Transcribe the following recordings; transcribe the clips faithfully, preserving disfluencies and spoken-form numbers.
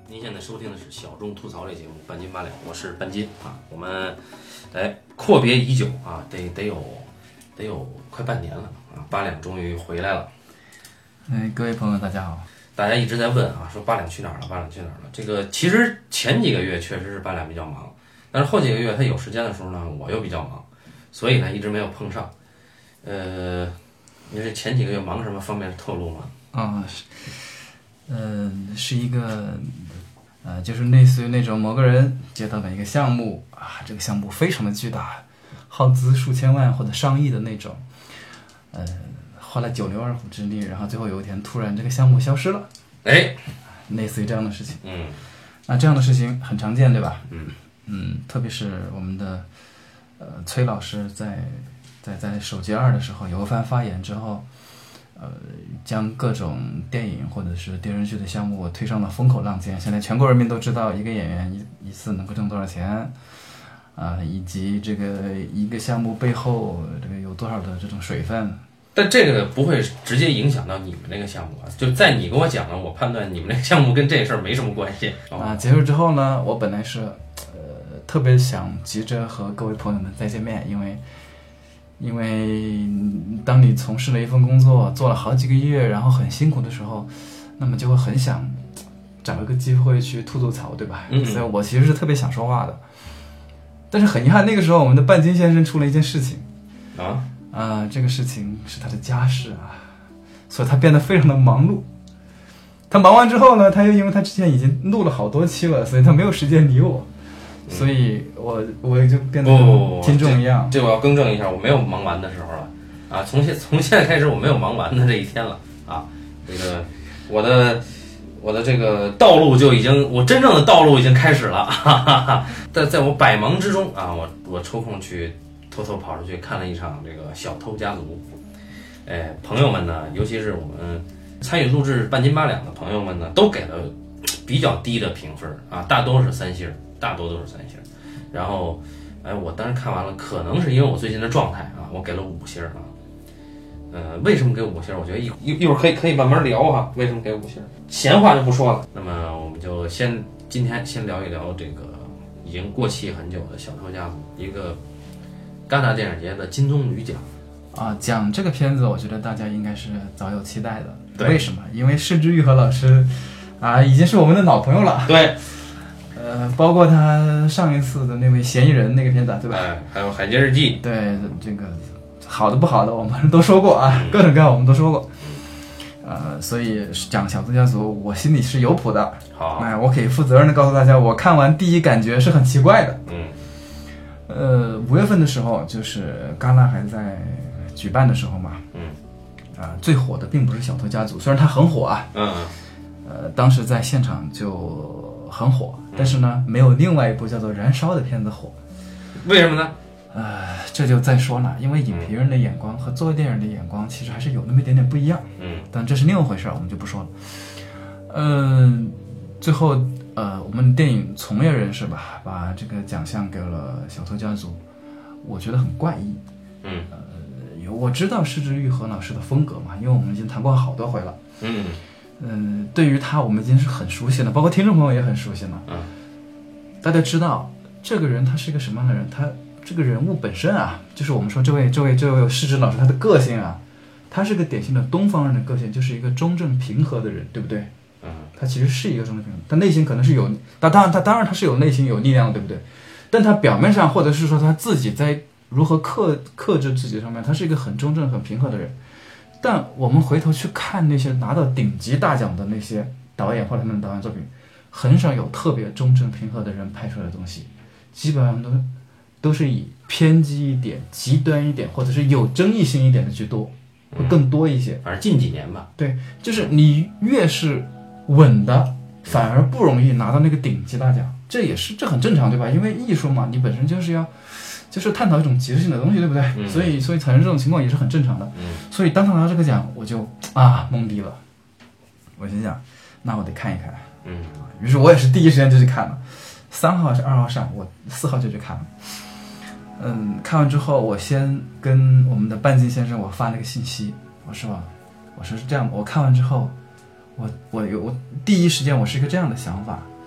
您现在收听的是小众吐槽类节目《半斤八两》，我是半斤啊。我们哎阔别已久啊，得得有得有快半年了啊，八两终于回来了。 哎，各位朋友，大家好。 大家一直在问啊，说八两去哪儿了？八两去哪儿了？这个其实前几个月确实是八两比较忙，但是后几个月他有时间的时候呢，我又比较忙，所以呢一直没有碰上。呃，你是前几个月忙什么？方便透露吗？ 啊、是，呃，是一个，呃，就是类似于那种某个人接到的一个项目啊，这个项目非常的巨大，耗资数千万或者上亿的那种，呃，花了九牛二虎之力，然后最后有一天突然这个项目消失了， 哎， 类似于这样的事情。 嗯， 那这样的事情很常见，对吧？ 嗯嗯，特别是我们的呃崔老师在在在首届二的时候有一番发言之后。呃，将各种电影或者是电视剧的项目推上了风口浪尖。现在全国人民都知道一个演员一一次能够挣多少钱，啊、呃，以及这个一个项目背后这个有多少的这种水分。 但这个不会直接影响到你们那个项目啊？就在你跟我讲了，我判断你们那个项目跟这事儿没什么关系啊、呃。结束之后呢，我本来是呃特别想急着和各位朋友们再见面，因为。因为当你从事了一份工作做了好几个月然后很辛苦的时候，那么就会很想找一个机会去吐吐槽，对吧？ 嗯， 所以我其实是特别想说话的，但是很遗憾那个时候我们的半斤先生出了一件事情啊啊、呃，这个事情是他的家事啊，所以他变得非常的忙碌。他忙完之后呢，他又因为他之前已经录了好多期了，所以他没有时间理我。所以我我也就变得跟听众一样。 这我要更正一下，我没有忙完的时候了啊！从现从现在开始，我没有忙完的这一天了啊！这个我的我的这个道路就已经，我真正的道路已经开始了，哈哈哈！在在我百忙之中啊，我我抽空去偷偷跑出去看了一场这个《小偷家族》。哎，朋友们呢，尤其是我们参与录制半斤八两的朋友们呢，都给了比较低的评分啊，大多是三星。大多都是三星，然后，哎，我当时看完了，可能是因为我最近的状态啊，我给了五星啊。呃，为什么给五星？我觉得一一一会儿可以可以慢慢聊哈、啊，为什么给五星？闲话就不说了。那么我们就先今天先聊一聊这个已经过气很久的《小偷家族》，一个戛纳电影节的金棕榈奖啊。讲这个片子，我觉得大家应该是早有期待的。为什么？因为是枝裕和老师啊，已经是我们的老朋友了。 对。 呃，包括他上一次的那位嫌疑人那个片子，对吧？ 哎，还有《海街日记》。 对，这个好的不好的我们都说过啊，各种各样我们都说过。呃，所以讲《小偷家族》，我心里是有谱的。 好， 哎，我可以负责任的告诉大家，我看完第一感觉是很奇怪的。 嗯。 呃，五月份的时候，就是戛纳还在举办的时候嘛。 嗯。 啊、呃，最火的并不是《小偷家族》，虽然它很火啊。 嗯。 呃，当时在现场就。很火，但是呢，没有另外一部叫做《燃烧》的片子火。 为什么呢？ 呃，这就再说了，因为影评人的眼光和作为电影的眼光其实还是有那么一点点不一样。 嗯， 但这是另一回事，我们就不说了。嗯、呃，最后呃，我们电影从业人士吧，把这个奖项给了《小偷家族》，我觉得很怪异。 嗯， 呃，我知道是枝裕和老师的风格嘛，因为我们已经谈过好多回了。 嗯。 嗯，对于他我们已经是很熟悉了，包括听众朋友也很熟悉了。 嗯， 大家知道这个人他是一个什么样的人？他这个人物本身啊，就是我们说这位这位这位是枝老师他的个性啊，他是个典型的东方人的个性，就是一个中正平和的人，对不对？ 嗯， 他其实是一个中正平和，他内心可能是有，他当然他当然他是有内心有力量的，对不对？但他表面上或者是说他自己在如何克克制自己上面，他是一个很中正很平和的人。但我们回头去看那些拿到顶级大奖的那些导演或者他们的导演作品，很少有特别中正平和的人拍出来的东西，基本上都都是以偏激一点、极端一点，或者是有争议性一点的居多，会更多一些。 反正近几年吧。 对，就是你越是稳的，反而不容易拿到那个顶级大奖，这也是这很正常，对吧？因为艺术嘛，你本身就是要。就是探讨一种即时性的东西，对不对？ 嗯、 所以，所以产生这种情况也是很正常的。 嗯、 所以当他拿到这个奖，我就啊懵逼了。我心想，那我得看一看。 嗯， 于是我也是第一时间就去看了。三号还是二号上，我四号就去看了。嗯，看完之后，我先跟我们的半斤先生我发了个信息，我说，我说是这样，我看完之后，我我有我第一时间我是一个这样的想法，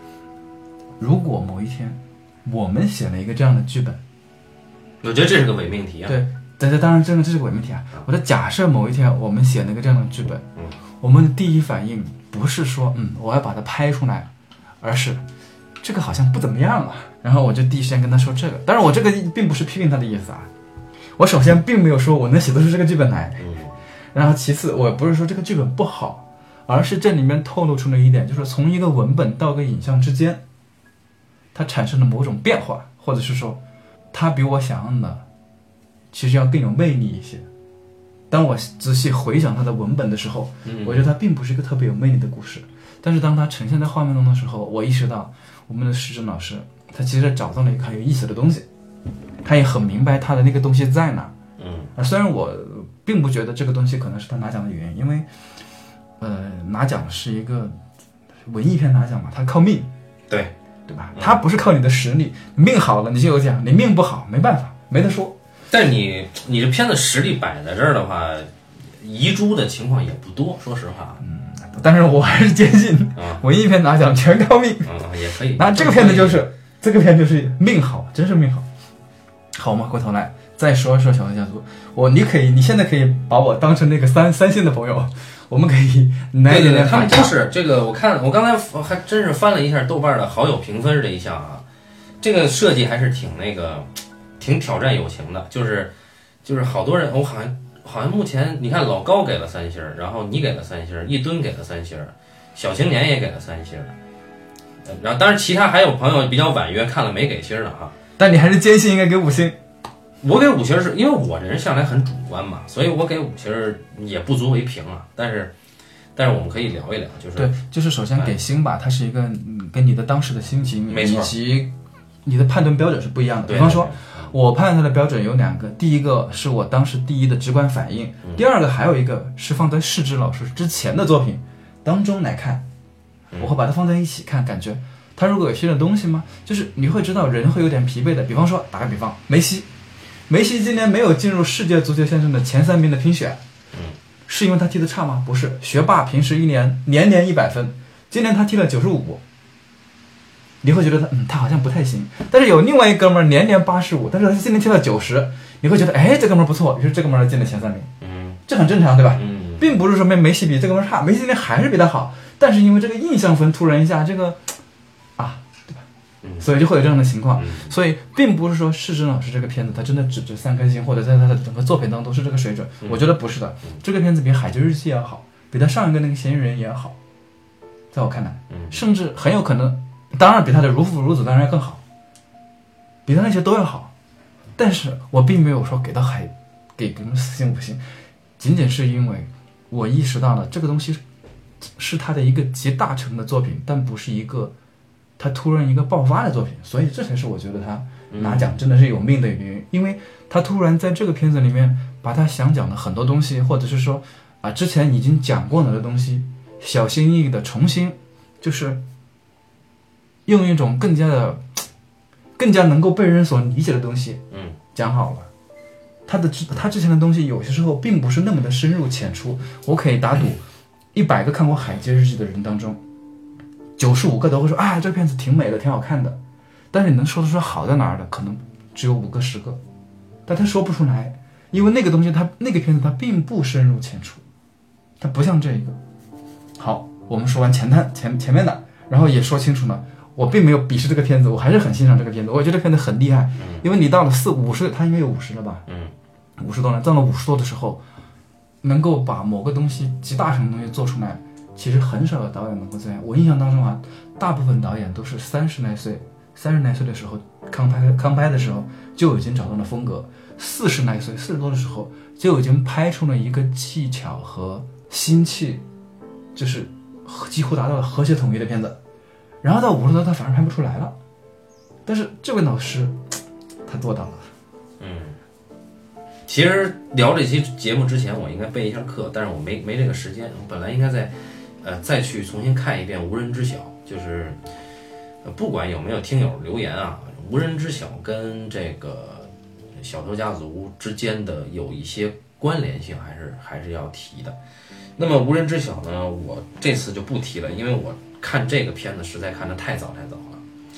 如果某一天我们写了一个这样的剧本， 我觉得这是个伪命题啊。 对，这这当然真的这是个伪命题啊。我的假设某一天我们写了一个这样的剧本， 嗯， 我们的第一反应不是说嗯我要把它拍出来，而是这个好像不怎么样啊，然后我就第一时间跟他说这个。当然我这个并不是批评他的意思啊，我首先并没有说我能写得出这个剧本来， 嗯， 然后其次我不是说这个剧本不好，而是这里面透露出了一点，就是从一个文本到个影像之间，它产生了某种变化，或者是说它比我想象的其实要更有魅力一些。当我仔细回想它的文本的时候， 嗯， 我觉得它并不是一个特别有魅力的故事，但是当它呈现在画面中的时候，我意识到我们的石真老师他其实找到了一个很有意思的东西，他也很明白他的那个东西在哪。 嗯， 啊，虽然我并不觉得这个东西可能是他拿奖的原因，因为呃拿奖是一个文艺片拿奖嘛，他靠命， 对对吧？他不是靠你的实力，命好了你就有奖，你命不好没办法，没得说。 但你你这片子实力摆在这儿的话，遗珠的情况也不多，说实话。 嗯，但是我还是坚信， 啊， 文艺片拿奖全靠命。 啊，也可以。 那这个片子就是这个片就是命好，真是命好。好，我们回头来再说一说小偷家族。我你可以，你现在可以把我当成那个三三线的朋友，我们可以来对对对，他们都是这个。我看我刚才还真是翻了一下豆瓣的好友评分这一项啊，这个设计还是挺那个。挺挑战友情的，就是就是好多人，我好像好像目前你看老高给了三星，然后你给了三星，一吨给了三星，小青年也给了三星，然后当然其他还有朋友比较婉约，看了没给星的哈。 但你还是坚信应该给五星。 我给五星是因为我这人向来很主观嘛，所以我给五星也不足为凭啊。但是但是我们可以聊一聊，就是对，就是首先给星吧，它是一个嗯跟你的当时的心情以及你的判断标准是不一样的。比方说。我判断它的标准有两个，第一个是我当时第一的直观反应，第二个还有一个是放在世之老师之前的作品当中来看，我会把它放在一起看，感觉它如果有新的东西吗？就是你会知道人会有点疲惫的。比方说打个比方，梅西，梅西今年没有进入世界足球先生的前三名的评选，是因为他踢得差吗？不是，学霸平时一年年年一百分，今年他踢了九十五。你会觉得他嗯他好像不太行，但是有另外一哥们儿年年八十五，但是他今年踢到九十，你会觉得哎这哥们儿不错，于是这哥们儿进了前三名， 嗯， 这很正常对吧？ 嗯， 并不是说梅梅西比这哥们儿差，梅西今年还是比他好，但是因为这个印象分突然一下这个啊对吧？ 嗯， 所以就会有这样的情况， 嗯， 所以并不是说世珍老师这个片子他真的只值三颗星，或者在他的整个作品当中是这个水准， 嗯， 我觉得不是的，这个片子比《海街日记》要好，比他上一个那个嫌疑人也要好，在我看来， 嗯，甚至很有可能。当然比他的如父如子当然要更好，比他那些都要好，但是我并没有说给到海给给四星五星，仅仅是因为我意识到了这个东西是他的一个集大成的作品，但不是一个他突然一个爆发的作品，所以这才是我觉得他拿奖真的是有命的原因，因为他突然在这个片子里面把他想讲的很多东西，或者是说啊之前已经讲过了的东西，小心翼翼的重新就是用一种更加的、更加能够被人所理解的东西， 嗯， 讲好了。他的他之前的东西有些时候并不是那么的深入浅出。我可以打赌，一百个看过《海街日记》的人当中，九十五个都会说啊，这片子挺美的，挺好看的。但是你能说得出好在哪儿的，可能只有五个、十个，但他说不出来，因为那个东西它那个片子它并不深入浅出，它不像这一个。好，我们说完前探前前面的，然后也说清楚了。我并没有鄙视这个片子，我还是很欣赏这个片子。我觉得这片子很厉害，因为你到了四五十，他应该有五十了吧？ 嗯， 五十多了，到了五十多的时候，能够把某个东西集大成的东西做出来，其实很少有导演能够这样。我印象当中啊，大部分导演都是三十来岁、三十来岁的时候刚拍刚拍的时候就已经找到了风格，四十来岁、四十多的时候就已经拍出了一个技巧和心气，就是几乎达到了和谐统一的片子。然后到五十多他反而拍不出来了，但是这位老师他做到了。 嗯，其实聊这期节目之前我应该备一下课，但是我没没这个时间。我本来应该再呃再去重新看一遍《无人知晓》，就是呃不管有没有听友留言啊，《无人知晓》跟这个小偷家族之间的有一些关联性，还是还是要提的。那么《无人知晓》呢，我这次就不提了，因为我看这个片子实在看得太早太早了。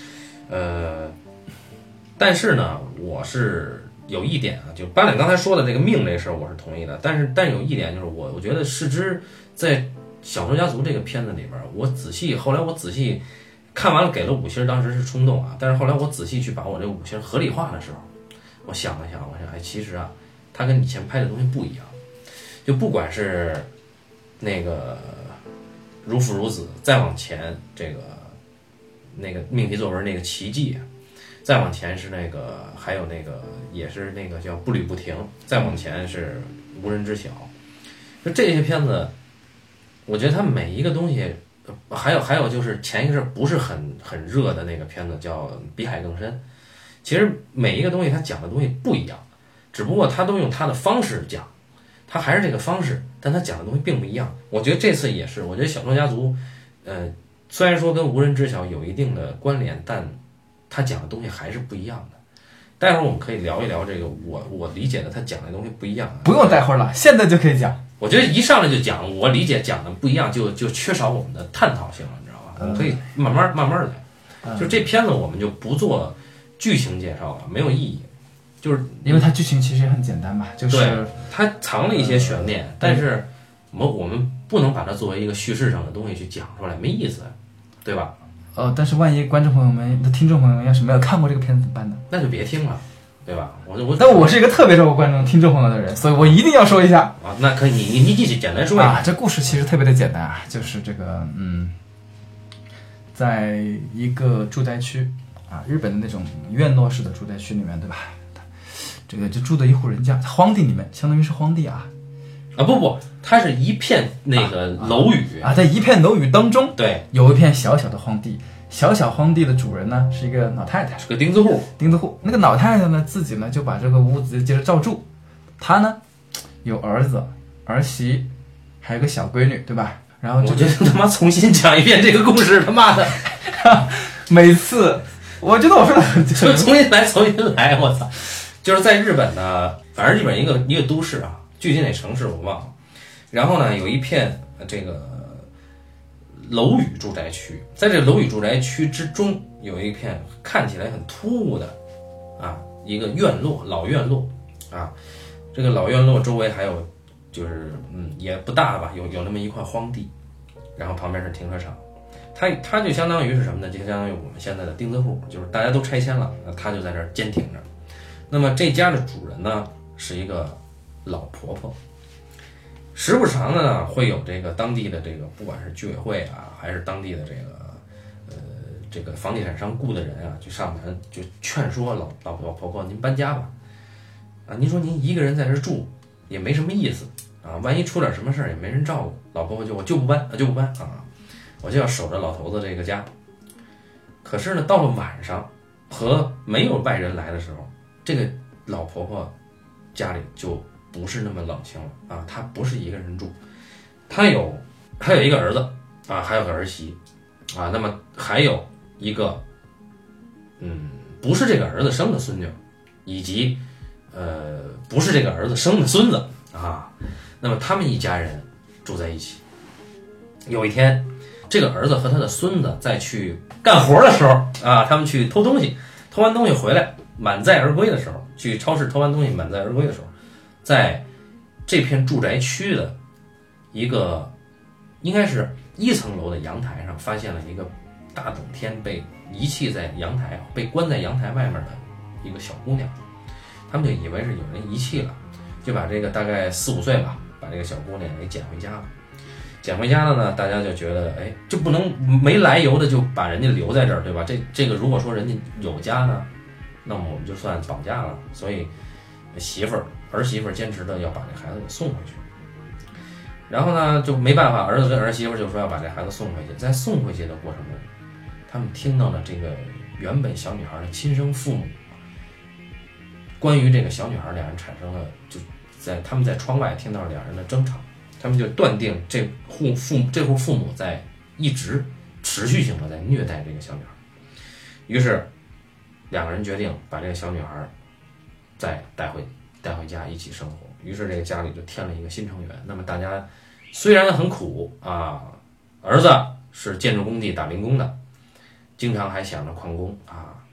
呃，但是呢，我是有一点啊，就八两刚才说的这个命这事儿，我是同意的。但是，但有一点就是我，我觉得世之在《小偷家族》这个片子里边，我仔细后来我仔细看完了，给了五星，当时是冲动啊。但是后来我仔细去把我这五星合理化的时候，我想了想，我想，哎，其实啊，他跟以前拍的东西不一样。就不管是那个如父如子，再往前这个那个命题作文那个奇迹，再往前是那个还有那个也是那个叫步履不停，再往前是无人知晓。就这些片子，我觉得它每一个东西，还有还有就是前一阵不是很很热的那个片子叫《比海更深》，其实每一个东西它讲的东西不一样，只不过它都用它的方式讲。他还是这个方式，但他讲的东西并不一样。我觉得这次也是，我觉得《小偷家族》，呃，虽然说跟无人知晓有一定的关联，但他讲的东西还是不一样的。待会儿我们可以聊一聊这个，我我理解的他讲的东西不一样。 不用待会儿了，现在就可以讲。 我觉得一上来就讲，我理解讲的不一样，就就缺少我们的探讨性了，你知道吧？我们可以慢慢慢慢来。就这片子我们就不做剧情介绍了，没有意义。就是因为它剧情其实也很简单嘛，就是它藏了一些悬念，呃、但是我们我们不能把它作为一个叙事上的东西去讲出来，没意思，对吧？ 呃，但是万一观众朋友们、的听众朋友们要是没有看过这个片子怎么办呢？ 那就别听了，对吧？我我但我是一个特别照顾观众、听众朋友的人，所以我一定要说一下啊。那可以，你你你继续简单说一下啊。这故事其实特别的简单啊，就是这个嗯，在一个住宅区啊，日本的那种院落式的住宅区里面，对吧？这个就住的一户人家，荒地里面，相当于是荒地啊， 啊不不，它是一片那个楼宇啊, 啊，在一片楼宇当中， 对， 有一片小小的荒地，小小荒地的主人呢是一个老太太， 是个钉子户， 钉子户。那个老太太呢自己呢就把这个屋子接着照住，她呢有儿子、儿媳，还有个小闺女，对吧？然后我觉得他妈重新讲一遍这个故事，他妈的， 每次我觉得我说的很重新来，重新来，我操！就是在日本呢，反正日本一个一个都市啊，具体哪城市我忘了。然后呢，有一片这个楼宇住宅区，在这个楼宇住宅区之中，有一片看起来很突兀的啊一个院落，老院落啊。这个老院落周围还有就是嗯也不大吧，有有那么一块荒地，然后旁边是停车场。它它就相当于是什么呢？就相当于我们现在的钉子户，就是大家都拆迁了，那它就在这儿坚挺着。那么这家的主人呢是一个老婆婆，时不常的呢会有这个当地的这个不管是居委会啊，还是当地的这个呃这个房地产商雇的人啊，去上门就劝说老老老婆婆您搬家吧，啊您说您一个人在这住也没什么意思啊，万一出点什么事儿也没人照顾，老婆婆就我就不搬啊就不搬啊，我就要守着老头子这个家。可是呢到了晚上和没有外人来的时候，这个老婆婆家里就不是那么冷清了啊，她不是一个人住，她有她有一个儿子啊，还有个儿媳啊，那么还有一个嗯不是这个儿子生的孙女，以及呃不是这个儿子生的孙子啊，那么他们一家人住在一起。有一天，这个儿子和他的孙子在去干活的时候啊，他们去偷东西，偷完东西回来。满载而归的时候，去超市偷完东西满载而归的时候，在这片住宅区的一个应该是一层楼的阳台上，发现了一个大冷天被遗弃在阳台，被关在阳台外面的一个小姑娘。他们就以为是有人遗弃了，就把这个大概四五岁吧，把这个小姑娘给捡回家了。捡回家了呢，大家就觉得，哎，就不能没来由的就把人家留在这儿，对吧？这这个如果说人家有家呢，那么我们就算绑架了，所以媳妇儿儿媳妇儿坚持的要把这孩子给送回去。然后呢，就没办法，儿子跟儿媳妇就说要把这孩子送回去。在送回去的过程中，他们听到了这个原本小女孩的亲生父母关于这个小女孩两人产生了，就在他们在窗外听到了两人的争吵，他们就断定这户父母这户父母在一直持续性的在虐待这个小女孩。于是两个人决定把这个小女孩再带回带回家一起生活。于是这个家里就添了一个新成员。那么大家虽然很苦啊，儿子是建筑工地打零工的，经常还想着旷工啊，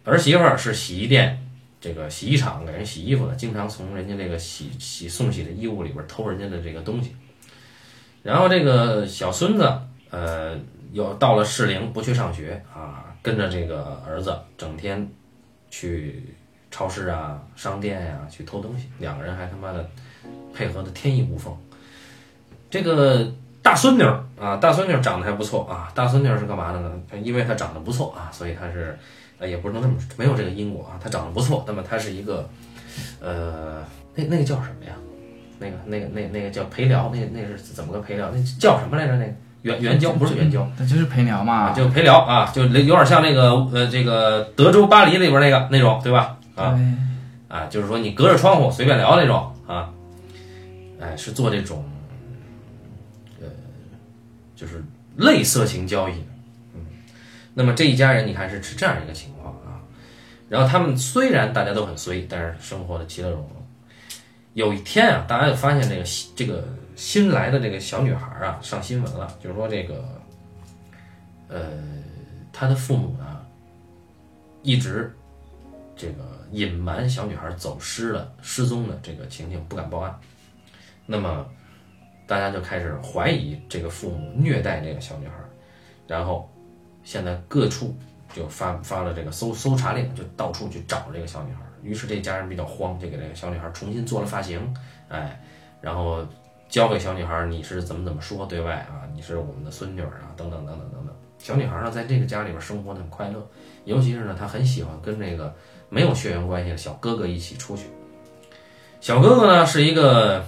儿媳妇儿是洗衣店这个洗衣厂给人洗衣服的，经常从人家这个洗洗送洗的衣物里边偷人家的这个东西。然后这个小孙子，呃，又到了适龄不去上学啊，跟着这个儿子整天去超市啊、商店呀、啊、去偷东西，两个人还他妈的配合的天衣无缝。这个大孙女啊，大孙女长得还不错啊，大孙女是干嘛的呢？因为她长得不错啊，所以她是。呃，也不能这么没有这个因果啊，他长得不错，那么他是一个，呃，那那个叫什么呀？那个那个那那个叫陪聊，那那是怎么个陪聊？那叫什么来着？那个援援交不是援交， 那就是陪聊嘛， 就陪聊啊，就有点像那个呃这个德州巴黎里边那个那种，对吧？啊啊，就是说你隔着窗户随便聊那种啊，哎，是做这种，呃，就是类色情交易。那么这一家人你看是是这样一个情况啊，然后他们虽然大家都很衰，但是生活的其乐融融。有一天啊，大家就发现这个这个新来的这个小女孩啊上新闻了，就是说这个呃她的父母呢一直这个隐瞒小女孩走失了失踪的这个情形，不敢报案。那么大家就开始怀疑这个父母虐待这个小女孩，然后现在各处就发发了这个搜搜查令，就到处去找这个小女孩。于是这家人比较慌，就给这个小女孩重新做了发型，哎，然后教给小女孩你是怎么怎么说对外啊，你是我们的孙女啊，等等等等等等。小女孩呢，在这个家里边生活的很快乐，尤其是呢，她很喜欢跟这个没有血缘关系的小哥哥一起出去。小哥哥呢是一个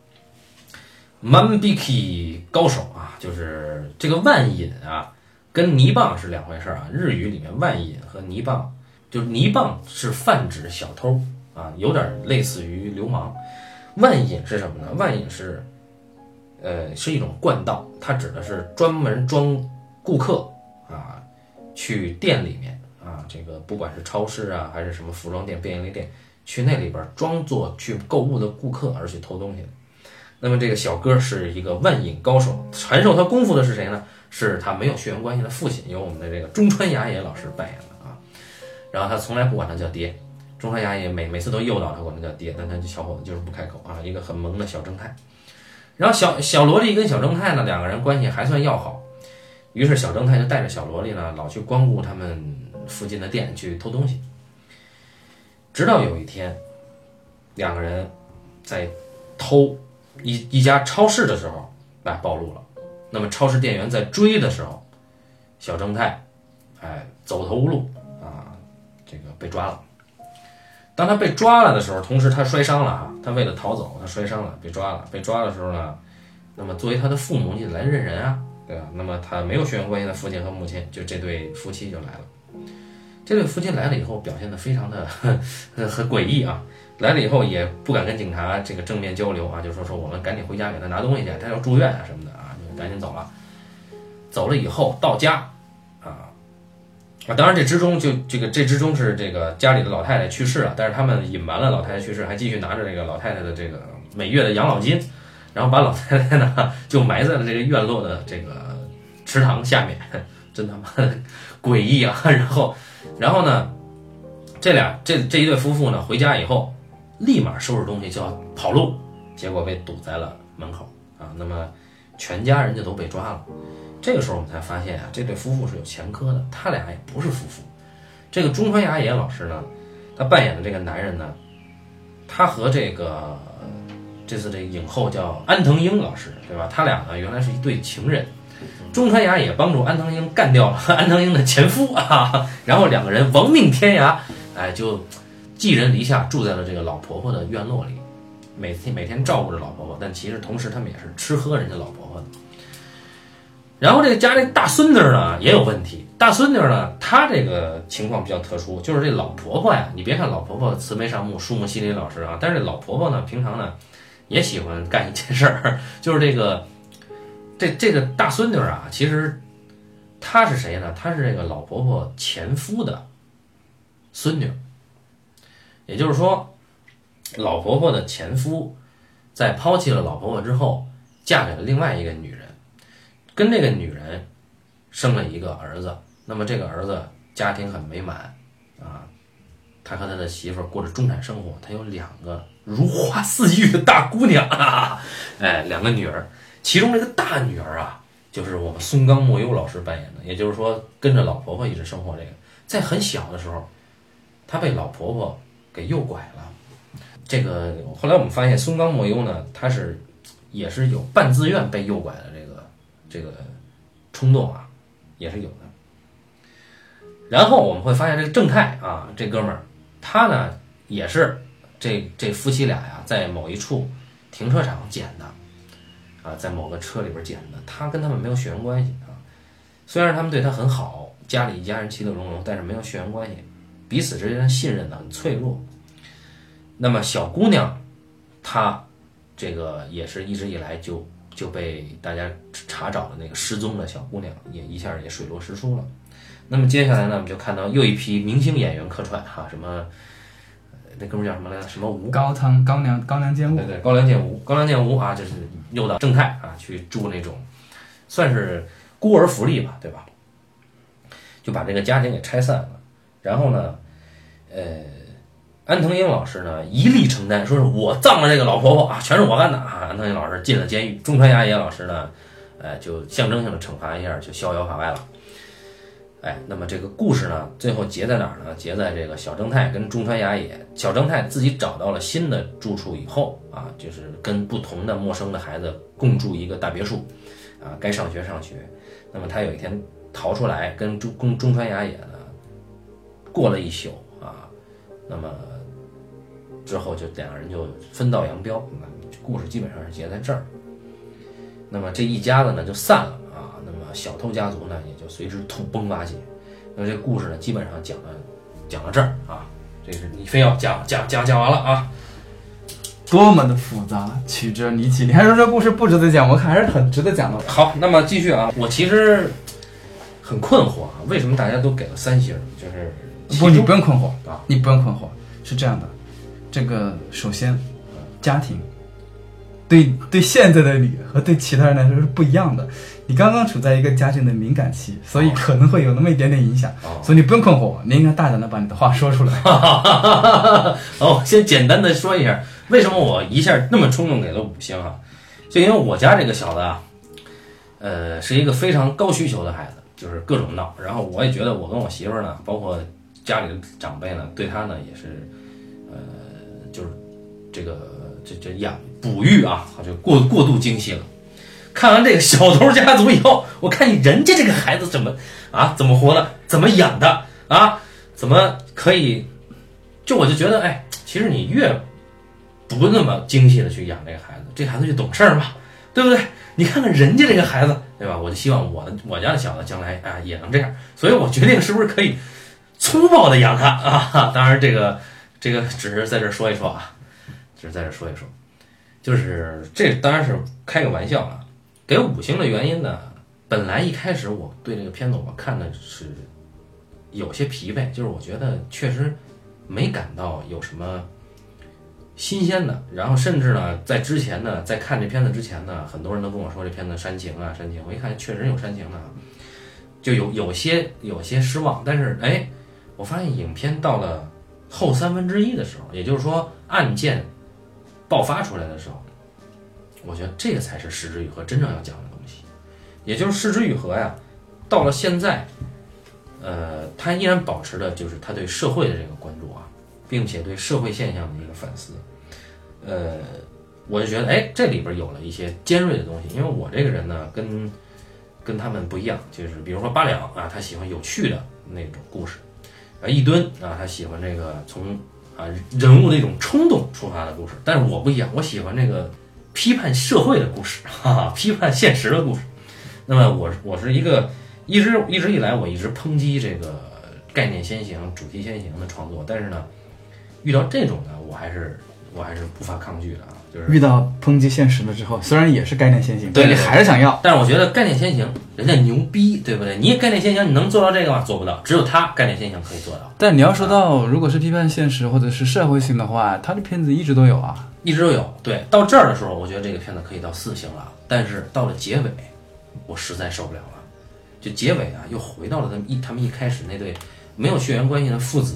万引高手啊，就是这个万引啊。跟泥棒是两回事啊，日语里面万引和泥棒，就是泥棒是泛指小偷啊，有点类似于流氓。万引是什么呢？万引是，呃，是一种惯道，它指的是专门装顾客啊，去店里面啊，这个不管是超市啊，还是什么服装店、便利店，去那里边装作去购物的顾客而去偷东西的。那么这个小哥是一个万引高手，传授他功夫的是谁呢？是他没有血缘关系的父亲，由我们的这个中川雅也老师扮演的啊。然后他从来不管他叫爹，中川雅也每每次都诱导他管他叫爹，但他这小伙子就是不开口啊，一个很萌的小正太。然后小小萝莉跟小正太呢两个人关系还算要好，于是小正太就带着小萝莉呢老去光顾他们附近的店去偷东西。直到有一天，两个人在偷一一家超市的时候，哎，暴露了。那么超市店员在追的时候，小正太，哎，走投无路啊，这个被抓了。当他被抓了的时候，同时他摔伤了啊，他为了逃走，他摔伤了，被抓了。被抓的时候呢，那么作为他的父母，你得来认人啊，对吧？那么他没有血缘关系的父亲和母亲，就这对夫妻就来了。这对夫妻来了以后，表现得非常的很很诡异啊。来了以后也不敢跟警察这个正面交流啊，就说说我们赶紧回家给他拿东西去，他要住院啊什么的啊，就赶紧走了。走了以后到家啊啊，当然这之中就这个这之中是这个家里的老太太去世了，但是他们隐瞒了老太太去世，还继续拿着这个老太太的这个每月的养老金，然后把老太太呢就埋在了这个院落的这个池塘下面，真他妈的诡异啊！然后然后呢，这俩这这一对夫妇呢回家以后，立马收拾东西就要跑路，结果被堵在了门口啊。那么全家人就都被抓了。这个时候我们才发现啊，这对夫妇是有前科的，他俩也不是夫妇。这个中川雅也老师呢，他扮演的这个男人呢，他和这个这次这个影后叫安藤英老师，对吧？他俩呢原来是一对情人。中川雅也帮助安藤英干掉了安藤英的前夫啊，然后两个人亡命天涯，哎，就寄人篱下，住在了这个老婆婆的院落里，每天每天照顾着老婆婆，但其实同时他们也是吃喝人家老婆婆的。然后这个家这大孙女呢也有问题，大孙女呢她这个情况比较特殊，就是这老婆婆呀，你别看老婆婆慈眉善目、树木心理老师啊，但是这老婆婆呢平常呢也喜欢干一件事儿，就是这个这这个大孙女啊，其实她是谁呢？她是这个老婆婆前夫的孙女，也就是说，老婆婆的前夫在抛弃了老婆婆之后，嫁给了另外一个女人。跟这个女人生了一个儿子，那么这个儿子家庭很美满啊， 他和他的媳妇儿过着中产生活，他有两个如花似玉的大姑娘啊，哎，两个女儿，其中这个大女儿啊，就是我们松冈莫优老师扮演的，也就是说跟着老婆婆一直生活。这个在很小的时候，她被老婆婆给诱拐了。这个后来我们发现松冈莫优呢，她是也是有半自愿被诱拐的这个这个冲动啊，也是有的。然后我们会发现这个正太啊，这哥们儿他呢也是这这夫妻俩呀，在某一处停车场捡的啊，在某个车里边捡的，他跟他们没有血缘关系啊。虽然他们对他很好，家里一家人其乐融融，但是没有血缘关系，彼此之间的信任呢很脆弱。那么小姑娘，她这个也是一直以来就就被大家查找的那个失踪的小姑娘，也一下也水落石出了。那么接下来呢，我们就看到又一批明星演员客串哈，什么那哥们叫什么来着？什么吴高仓高粱高粱健吾， 对对，高粱健吾，高粱健吾啊，就是诱导正太啊去住那种算是孤儿福利吧，对吧？就把这个家庭给拆散了。然后呢，呃，安藤英老师呢一力承担，说是我葬了这个老婆婆啊，全是我干的啊。安藤英老师进了监狱，中川雅也老师呢，呃，就象征性的惩罚一下，就逍遥法外了。哎，那么这个故事呢，最后结在哪儿呢？结在这个小正太跟中川雅也，小正太自己找到了新的住处以后啊，就是跟不同的陌生的孩子共住一个大别墅，啊，该上学上学。那么他有一天逃出来，跟中跟中川雅也呢过了一宿啊，那么之后就两个人就分道扬镳，故事基本上是结在这儿。那么这一家子呢就散了。那么小偷家族呢也就随之土崩瓦解。那么这故事呢基本上讲了讲到这儿啊，这是你非要讲讲讲讲完了啊， 多么的复杂曲折离奇。你还说这故事不值得讲，我看还是很值得讲的。 好，那么继续啊，我其实很困惑啊，为什么大家都给了三星？就是不，你不用困惑啊， 你不用困惑，是这样的，这个首先家庭对对现在的你和对其他人来说是不一样的。你刚刚处在一个家庭的敏感期，所以可能会有那么一点点影响，哦、所以你不用困惑，你应该大胆的把你的话说出来。 哦，先简单的说一下，为什么我一下那么冲动给了五星啊？就因为我家这个小的啊，呃，是一个非常高需求的孩子，就是各种闹。然后我也觉得我跟我媳妇儿呢，包括家里的长辈呢，对他呢也是，呃，就是这个这这养哺育啊，就过过度精细了。看完这个小偷家族以后，我看你人家这个孩子怎么啊，怎么活的，怎么养的啊，怎么可以？就我就觉得，哎，其实你越不那么精细的去养这个孩子，这孩子就懂事儿嘛，对不对？你看看人家这个孩子，对吧？我就希望我的我家的小子将来啊也能这样，所以我决定是不是可以粗暴的养他啊？当然，这个这个只是在这说一说啊，只是在这说一说，就是这当然是开个玩笑啊。给五星的原因呢，本来一开始我对这个片子我看的是有些疲惫，就是我觉得确实没感到有什么新鲜的。然后甚至呢，在之前呢，在看这片子之前呢，很多人都跟我说这片子煽情啊煽情，我一看确实有煽情的，就有有些有些失望。但是哎，我发现影片到了后三分之一的时候，也就是说案件爆发出来的时候，我觉得这个才是失之愈合真正要讲的东西。也就是失之愈合呀，到了现在，呃，他依然保持的就是他对社会的这个关注啊，并且对社会现象的一个反思。呃，我就觉得，哎，这里边有了一些尖锐的东西。因为我这个人呢，跟跟他们不一样，就是比如说八两啊，他喜欢有趣的那种故事，啊，一吨啊，他喜欢这个从啊人物的一种冲动出发的故事。但是我不一样，我喜欢这个批判社会的故事，哈哈，批判现实的故事。那么我我是一个一直一直以来我一直抨击这个概念先行、主题先行的创作，但是呢，遇到这种呢，我还是我还是无法抗拒的啊。就是遇到抨击现实了之后，虽然也是概念先行， 对， 你还是想要。 但是我觉得概念先行，人家牛逼，对不对？你概念先行，你能做到这个吗？做不到，只有他概念先行可以做到。 但你要说到，如果是批判现实或者是社会性的话，他的片子一直都有啊， 一直都有。对，到这儿的时候，我觉得这个片子可以到四星了。但是到了结尾，我实在受不了了。就结尾啊，又回到了他们一他们一开始那对没有血缘关系的父子，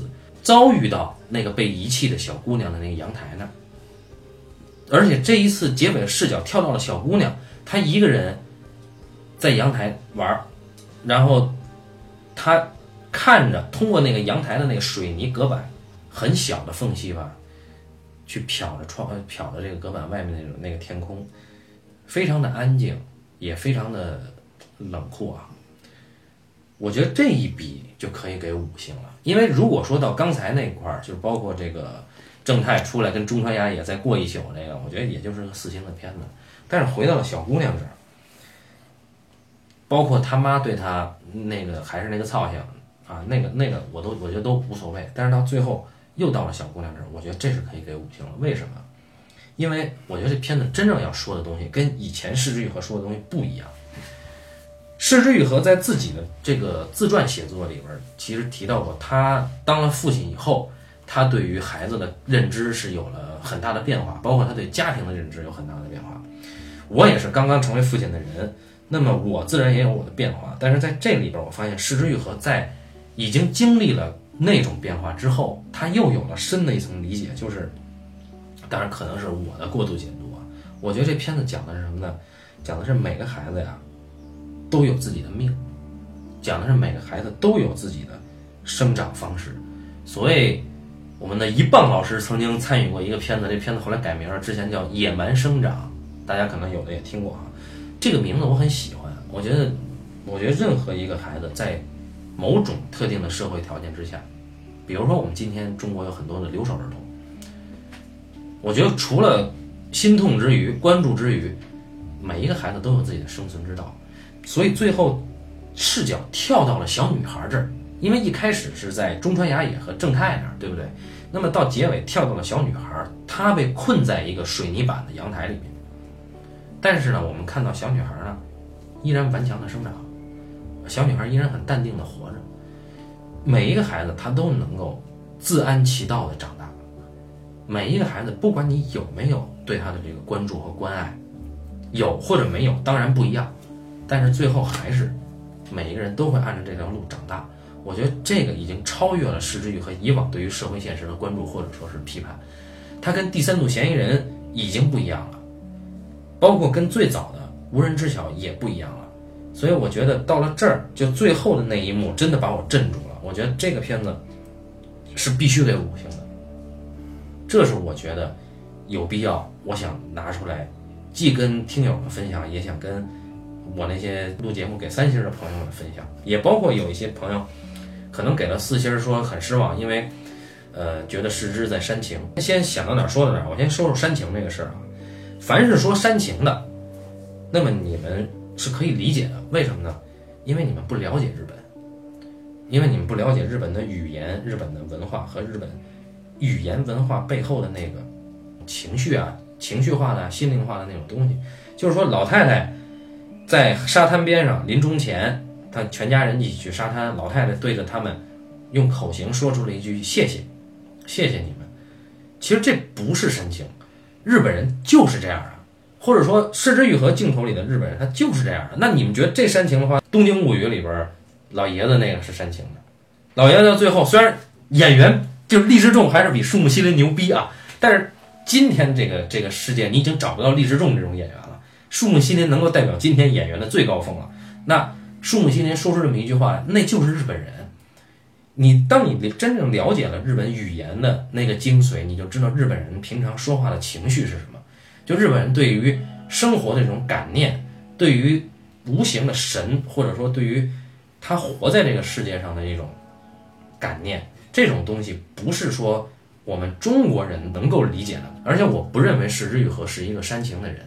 遭遇到那个被遗弃的小姑娘的那个阳台那儿，而且这一次结尾视角跳到了小姑娘，她一个人在阳台玩，然后她看着通过那个阳台的那个水泥隔板很小的缝隙吧，去瞟着窗，瞟着这个隔板外面那种那个天空，非常的安静，也非常的冷酷啊。我觉得这一笔就可以给五星了，因为如果说到刚才那块儿，就是包括这个正太出来跟中川雅也再过一宿那个，我觉得也就是个四星的片子。但是回到了小姑娘这儿，包括他妈对他那个还是那个操性啊，那个那个我都我觉得都无所谓。但是到最后又到了小姑娘这儿，我觉得这是可以给五星了。为什么？因为我觉得这片子真正要说的东西跟以前是枝裕和说的东西不一样。是枝裕和在自己的这个自传写作里边其实提到过，他当了父亲以后，他对于孩子的认知是有了很大的变化，包括他对家庭的认知有很大的变化。我也是刚刚成为父亲的人，那么我自然也有我的变化，但是在这里边我发现是枝裕和在已经经历了那种变化之后，他又有了深的一层理解，就是当然可能是我的过度解读啊。我觉得这片子讲的是什么呢？讲的是每个孩子呀都有自己的命，讲的是每个孩子都有自己的生长方式。所谓我们的一棒老师曾经参与过一个片子，这片子后来改名了，之前叫《野蛮生长》，大家可能有的也听过啊。这个名字我很喜欢，我觉得，我觉得任何一个孩子在某种特定的社会条件之下，比如说我们今天中国有很多的留守儿童，我觉得除了心痛之余、关注之余，每一个孩子都有自己的生存之道。所以最后视角跳到了小女孩这儿，因为一开始是在中川雅也和正太那儿，对不对？那么到结尾跳到了小女孩，她被困在一个水泥板的阳台里面。但是呢，我们看到小女孩呢，依然顽强的生长，小女孩依然很淡定的活着。每一个孩子他都能够自安其道的长大，每一个孩子不管你有没有对他的这个关注和关爱，有或者没有当然不一样，但是最后还是每一个人都会按照这条路长大。我觉得这个已经超越了是枝裕和以往对于社会现实的关注或者说是批判，他跟第三度嫌疑人已经不一样了，包括跟最早的无人知晓也不一样了。所以我觉得到了这儿，就最后的那一幕真的把我镇住了。我觉得这个片子是必须给五星的，这是我觉得有必要，我想拿出来既跟听友们分享，也想跟我那些录节目给三星的朋友们分享，也包括有一些朋友可能给了四星说很失望，因为呃觉得是枝在煽情。先想到哪儿说到哪儿，我先说说煽情这个事儿啊。凡是说煽情的，那么你们是可以理解的，为什么呢？因为你们不了解日本，因为你们不了解日本的语言、日本的文化和日本语言文化背后的那个情绪啊、情绪化的、心灵化的那种东西。就是说，老太太在沙滩边上临终前，她全家人一起去沙滩，老太太对着他们用口型说出了一句谢谢，谢谢你们。其实这不是煽情，日本人就是这样啊，或者说是枝裕和镜头里的日本人他就是这样的。那你们觉得这煽情的话，《东京物语》里边老爷子那个是煽情的，老爷子最后虽然演员就是励志重还是比树木希林牛逼啊，但是今天这个这个世界你已经找不到励志重这种演员了，树木希林能够代表今天演员的最高峰了。那树木希林说出这么一句话，那就是日本人。你当你真正了解了日本语言的那个精髓，你就知道日本人平常说话的情绪是什么。就日本人对于生活的这种感念，对于无形的神，或者说对于他活在这个世界上的一种感念，这种东西不是说我们中国人能够理解的。而且我不认为是枝裕和是一个煽情的人。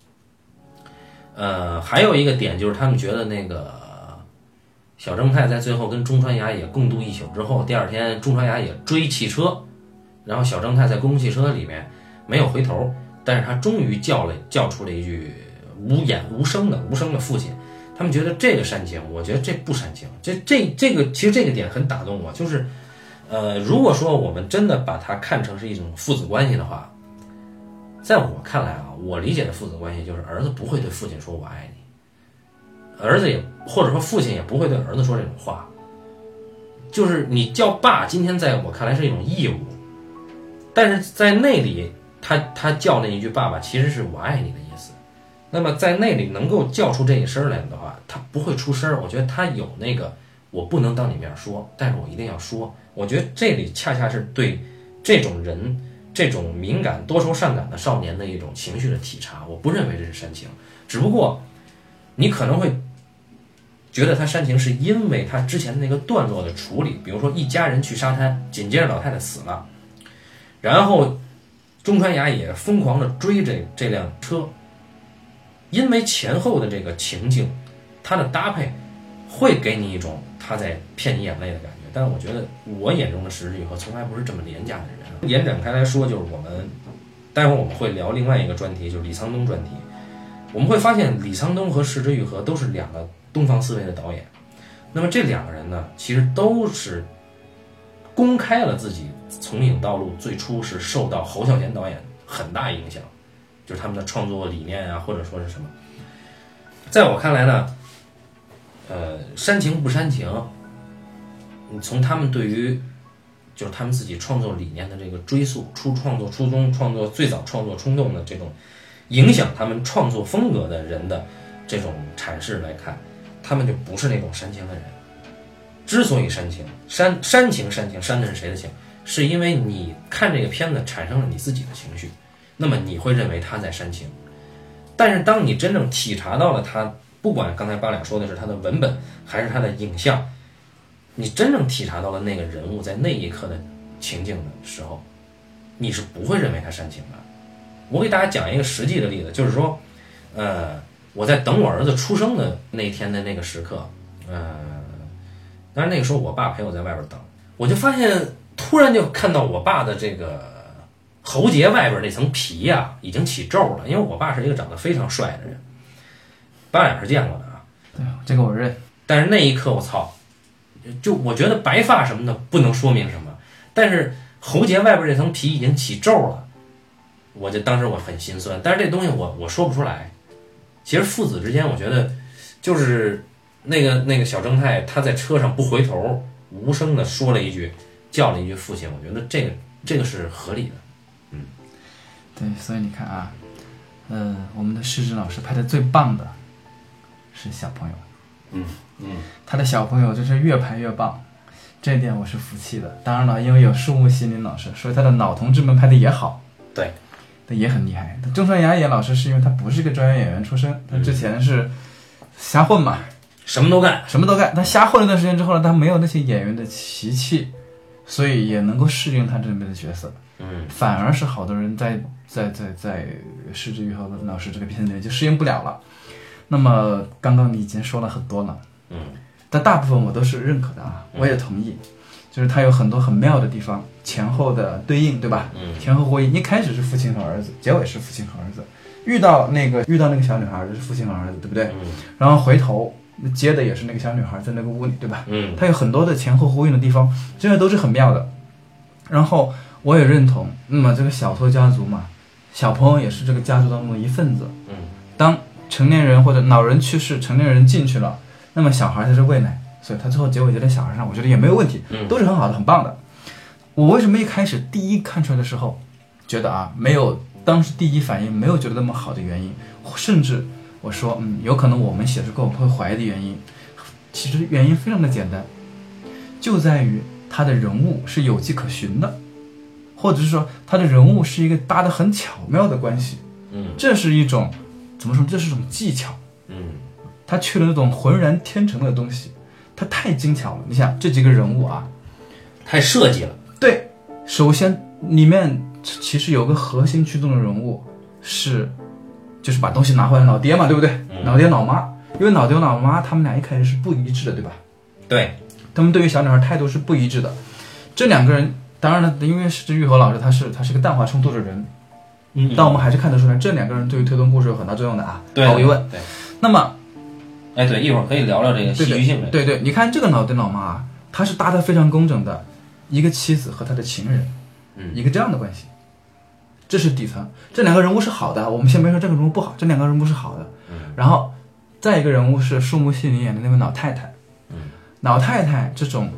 呃，还有一个点就是他们觉得那个小正太在最后跟中川雅也共度一宿之后，第二天中川雅也追汽车，然后小正太在公共汽车里面没有回头，但是他终于叫了叫出了一句无言无声的无声的父亲。他们觉得这个煽情，我觉得这不煽情。这这这个其实这个点很打动我，就是呃，如果说我们真的把它看成是一种父子关系的话，在我看来啊，我理解的父子关系就是儿子不会对父亲说我爱你，儿子也或者说父亲也不会对儿子说这种话。 就是你叫爸，今天在我看来是一种义务，但是在那里他他叫那一句爸爸其实是我爱你的意思。那么在那里能够叫出这一声来的话，他不会出声，我觉得他有那个我不能当你面说，但是我一定要说。我觉得这里恰恰是对这种人这种敏感多愁善感的少年的一种情绪的体察，我不认为这是煽情，只不过你可能会觉得他煽情是因为他之前的那个段落的处理，比如说一家人去沙滩，紧接着老太太死了，然后中川雅也疯狂地追这这辆车，因为前后的这个情境它的搭配会给你一种他在骗你眼泪的感觉。但是我觉得我眼中的石之予和从来不是这么廉价的人。延展开来说，就是我们待会儿我们会聊另外一个专题，就是李沧东专题。我们会发现李沧东和石之予和都是两个东方思维的导演，那么这两个人呢，其实都是公开了自己从影道路最初是受到侯孝贤导演很大影响，就是他们的创作理念啊，或者说是什么。在我看来呢，呃，煽情不煽情，你从他们对于就是他们自己创作理念的这个追溯，初创作初衷、创作最早创作冲动的这种影响他们创作风格的人的这种阐释来看，他们就不是那种煽情的人。之所以煽情，煽煽情煽情煽的是谁的情？是因为你看这个片子产生了你自己的情绪，那么你会认为他在煽情。但是当你真正体察到了他，不管刚才八两说的是他的文本还是他的影像，你真正体察到了那个人物在那一刻的情境的时候，你是不会认为他煽情的。我给大家讲一个实际的例子，就是说，呃，我在等我儿子出生的那天的那个时刻，呃，当然那个时候我爸陪我在外边等，我就发现突然就看到我爸的这个喉结外边那层皮呀、啊、已经起皱了，因为我爸是一个长得非常帅的人，八两是见过的啊。 对，这个我认。 但是那一刻我操，就我觉得白发什么的不能说明什么，但是喉结外边这层皮已经起皱了，我就当时我很心酸，但是这东西我我说不出来。其实父子之间，我觉得就是那个那个小正太他在车上不回头，无声的说了一句，叫了一句父亲，我觉得这个这个是合理的。嗯， 对，所以你看啊，呃，我们的施之老师拍的最棒的是小朋友， 嗯嗯， 他的小朋友就是越拍越棒，这一点我是服气的。当然了，因为有树木希林老师，所以他的脑同志们拍的也好， 对， 也很厉害。中川雅也老师是因为他不是一个专业演员出身，他之前是瞎混嘛， 什么都干， 什么都干。他瞎混了一段时间之后呢，他没有那些演员的习气，所以也能够适应他这边的角色。 嗯， 反而是好多人在在在在施之予和老师这个片子里面就适应不了了。那么刚刚你已经说了很多了， 嗯， 但大部分我都是认可的啊，我也同意。就是他有很多很妙的地方，前后的对应，对吧？ 嗯， 前后呼应。一开始是父亲和儿子，结尾是父亲和儿子，遇到那个遇到那个小女孩就是父亲和儿子，对不对？ 嗯， 然后回头接的也是那个小女孩在那个屋里，对吧？ 嗯， 他有很多的前后呼应的地方，这些都是很妙的。然后我也认同，那么这个小偷家族嘛，小朋友也是这个家族当中的一份子。 嗯， 当成年人或者老人去世，成年人进去了，那么小孩在这喂奶。所以他最后结尾结在小孩上，我觉得也没有问题，都是很好的，很棒的。我为什么一开始第一看出来的时候，觉得啊，没有当时第一反应没有觉得那么好的原因，甚至我说，嗯，有可能我们写出给我们会怀疑的原因，其实原因非常的简单，就在于他的人物是有迹可循的，或者是说他的人物是一个搭得很巧妙的关系， 嗯， 这是一种怎么说？这是一种技巧， 嗯， 他去了那种浑然天成的东西。它太精巧了，你想这几个人物啊， 太设计了。 对，首先里面其实有个核心驱动的人物是，就是把东西拿回来老爹嘛，对不对？ 嗯、 老爹老妈，因为老爹老妈他们俩一开始是不一致的，对吧？ 对， 他们对于小女孩态度是不一致的。这两个人，当然了，因为施之予和老师他是他是个淡化冲突的人，嗯，但我们还是看得出来，这两个人对于推动故事有很大作用的啊，毫无疑问。 对， 那么。 哎，对，一会儿可以聊聊这个戏剧性的。 对 对, 对，你看这个老爹老妈啊，他是搭得非常工整的，一个妻子和他的情人， 嗯， 一个这样的关系，这是底层。这两个人物是好的，我们先别说这个人物不好，这两个人物是好的。 嗯， 然后再一个人物是树木希林演的那位老太太， 嗯， 老太太这种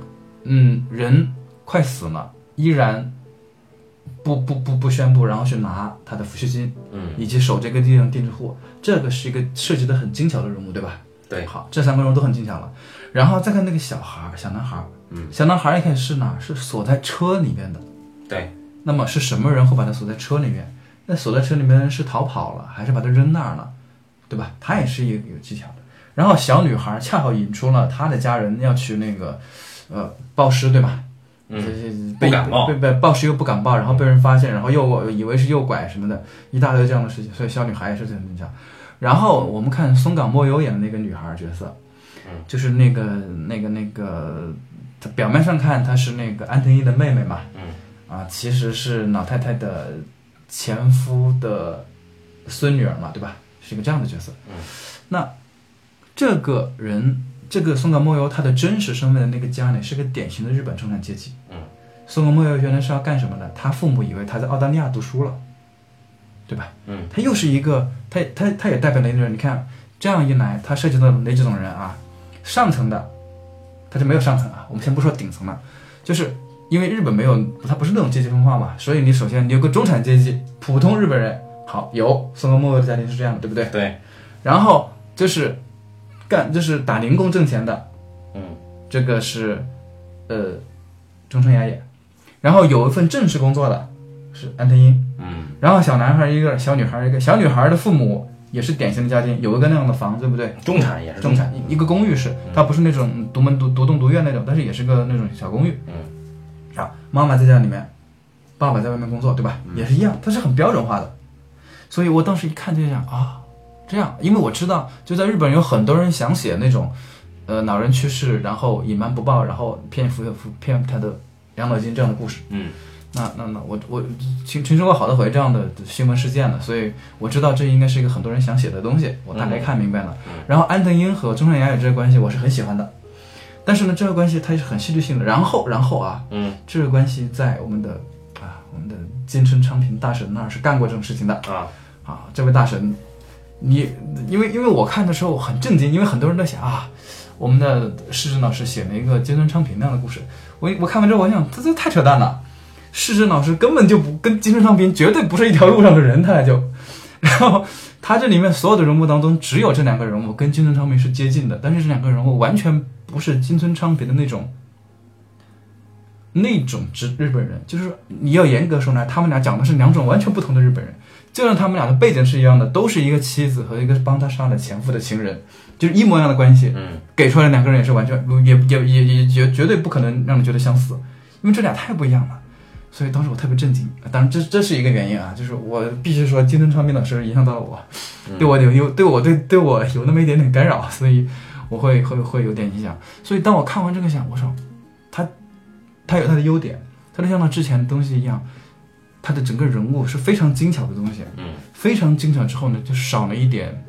嗯，人快死了，依然不不不不宣布，然后去拿他的抚恤金， 嗯， 以及守这个地方定制户，这个是一个设计的很精巧的人物，对吧？ 对， 好，这三个人物都很精巧了。然后再看那个小孩，小男孩， 嗯， 小男孩一开始是哪？是锁在车里边的。 对， 那么是什么人会把他锁在车里面？那锁在车里面的人是逃跑了，还是把他扔那儿了，对吧？他也是一个有技巧的。然后小女孩恰好引出了她的家人要去那个，呃，报失，对吧？ 嗯， 被不敢报， 被被报失又不敢报，然后被人发现，然后又以为是诱拐什么的，一大堆这样的事情。所以小女孩也是这样讲。然后我们看松冈茉优演的那个女孩角色， 嗯， 就是那个那个那个，她表面上看她是那个安藤樱的妹妹嘛， 嗯， 啊，其实是老太太的前夫的孙女儿嘛，对吧？是一个这样的角色。 嗯， 那这个人，这个松冈茉优，她的真实身份的那个家呢，是个典型的日本中产阶级。 嗯， 松冈茉优原来是要干什么的？她父母以为她在澳大利亚读书了，对吧？ 嗯， 她又是一个，她她她也代表哪种人？你看这样一来，她涉及到哪几种人啊？上层的，她就没有上层啊。我们先不说顶层了，就是因为日本没有，它不是那种阶级分化嘛，所以你首先你有个中产阶级，普通日本人，好，有松冈茉优的家庭是这样的，对不对？ 对。 然后就是干，就是打零工挣钱的， 嗯， 这个是呃中村雅也。然后有一份正式工作的是安藤樱， 嗯， 然后小男孩一个，小女孩一个，小女孩的父母也是典型的家庭，有一个那样的房，对不对？ 中产也是中产，一个公寓式，它不是那种独门独独栋独院那种，但是也是个那种小公寓。 嗯， 啊，妈妈在家里面，爸爸在外面工作，对吧？也是一样，它是很标准化的。所以我当时一看就想啊，这样，因为我知道就在日本有很多人想写那种，呃，老人去世然后隐瞒不报，然后骗抚骗他的养老金这样的故事。 嗯， 那那那我我听听说过好多回这样的新闻事件了，所以我知道这应该是一个很多人想写的东西，我大概看明白了。 嗯、 然后安藤樱和中村雅也这个关系我是很喜欢的，但是呢，这个关系它是很戏剧性的。然后然后啊， 嗯， 这个关系在我们的啊我们的金春昌平大神那儿是干过这种事情的啊啊，这位大神，你因为因为我看的时候很震惊，因为很多人都想啊，我们的世珍老师写了一个金春昌平那样的故事，我我看完之后我想这这太扯淡了。世珍老师根本就不跟金春昌平绝对不是一条路上的人，他俩就，然后他这里面所有的人物当中，只有这两个人物跟金村昌平是接近的，但是这两个人物完全不是金村昌平的那种那种日日本人，就是你要严格说来，他们俩讲的是两种完全不同的日本人，就算他们俩的背景是一样的，都是一个妻子和一个帮他杀了前夫的情人，就是一模一样的关系， 嗯，给出来两个人也是完全也也也也绝绝对不可能让你觉得相似，因为这俩太不一样了。所以当时我特别震惊，当然这这是一个原因啊，就是我必须说金村昌平老师影响到了我， 嗯、 对我有有对我对对我有那么一点点干扰，所以我会会会有点影响。所以当我看完这个想，我说他他有他的优点，他就像他之前的东西一样，他的整个人物是非常精巧的东西， 嗯， 非常精巧之后呢，就少了一点，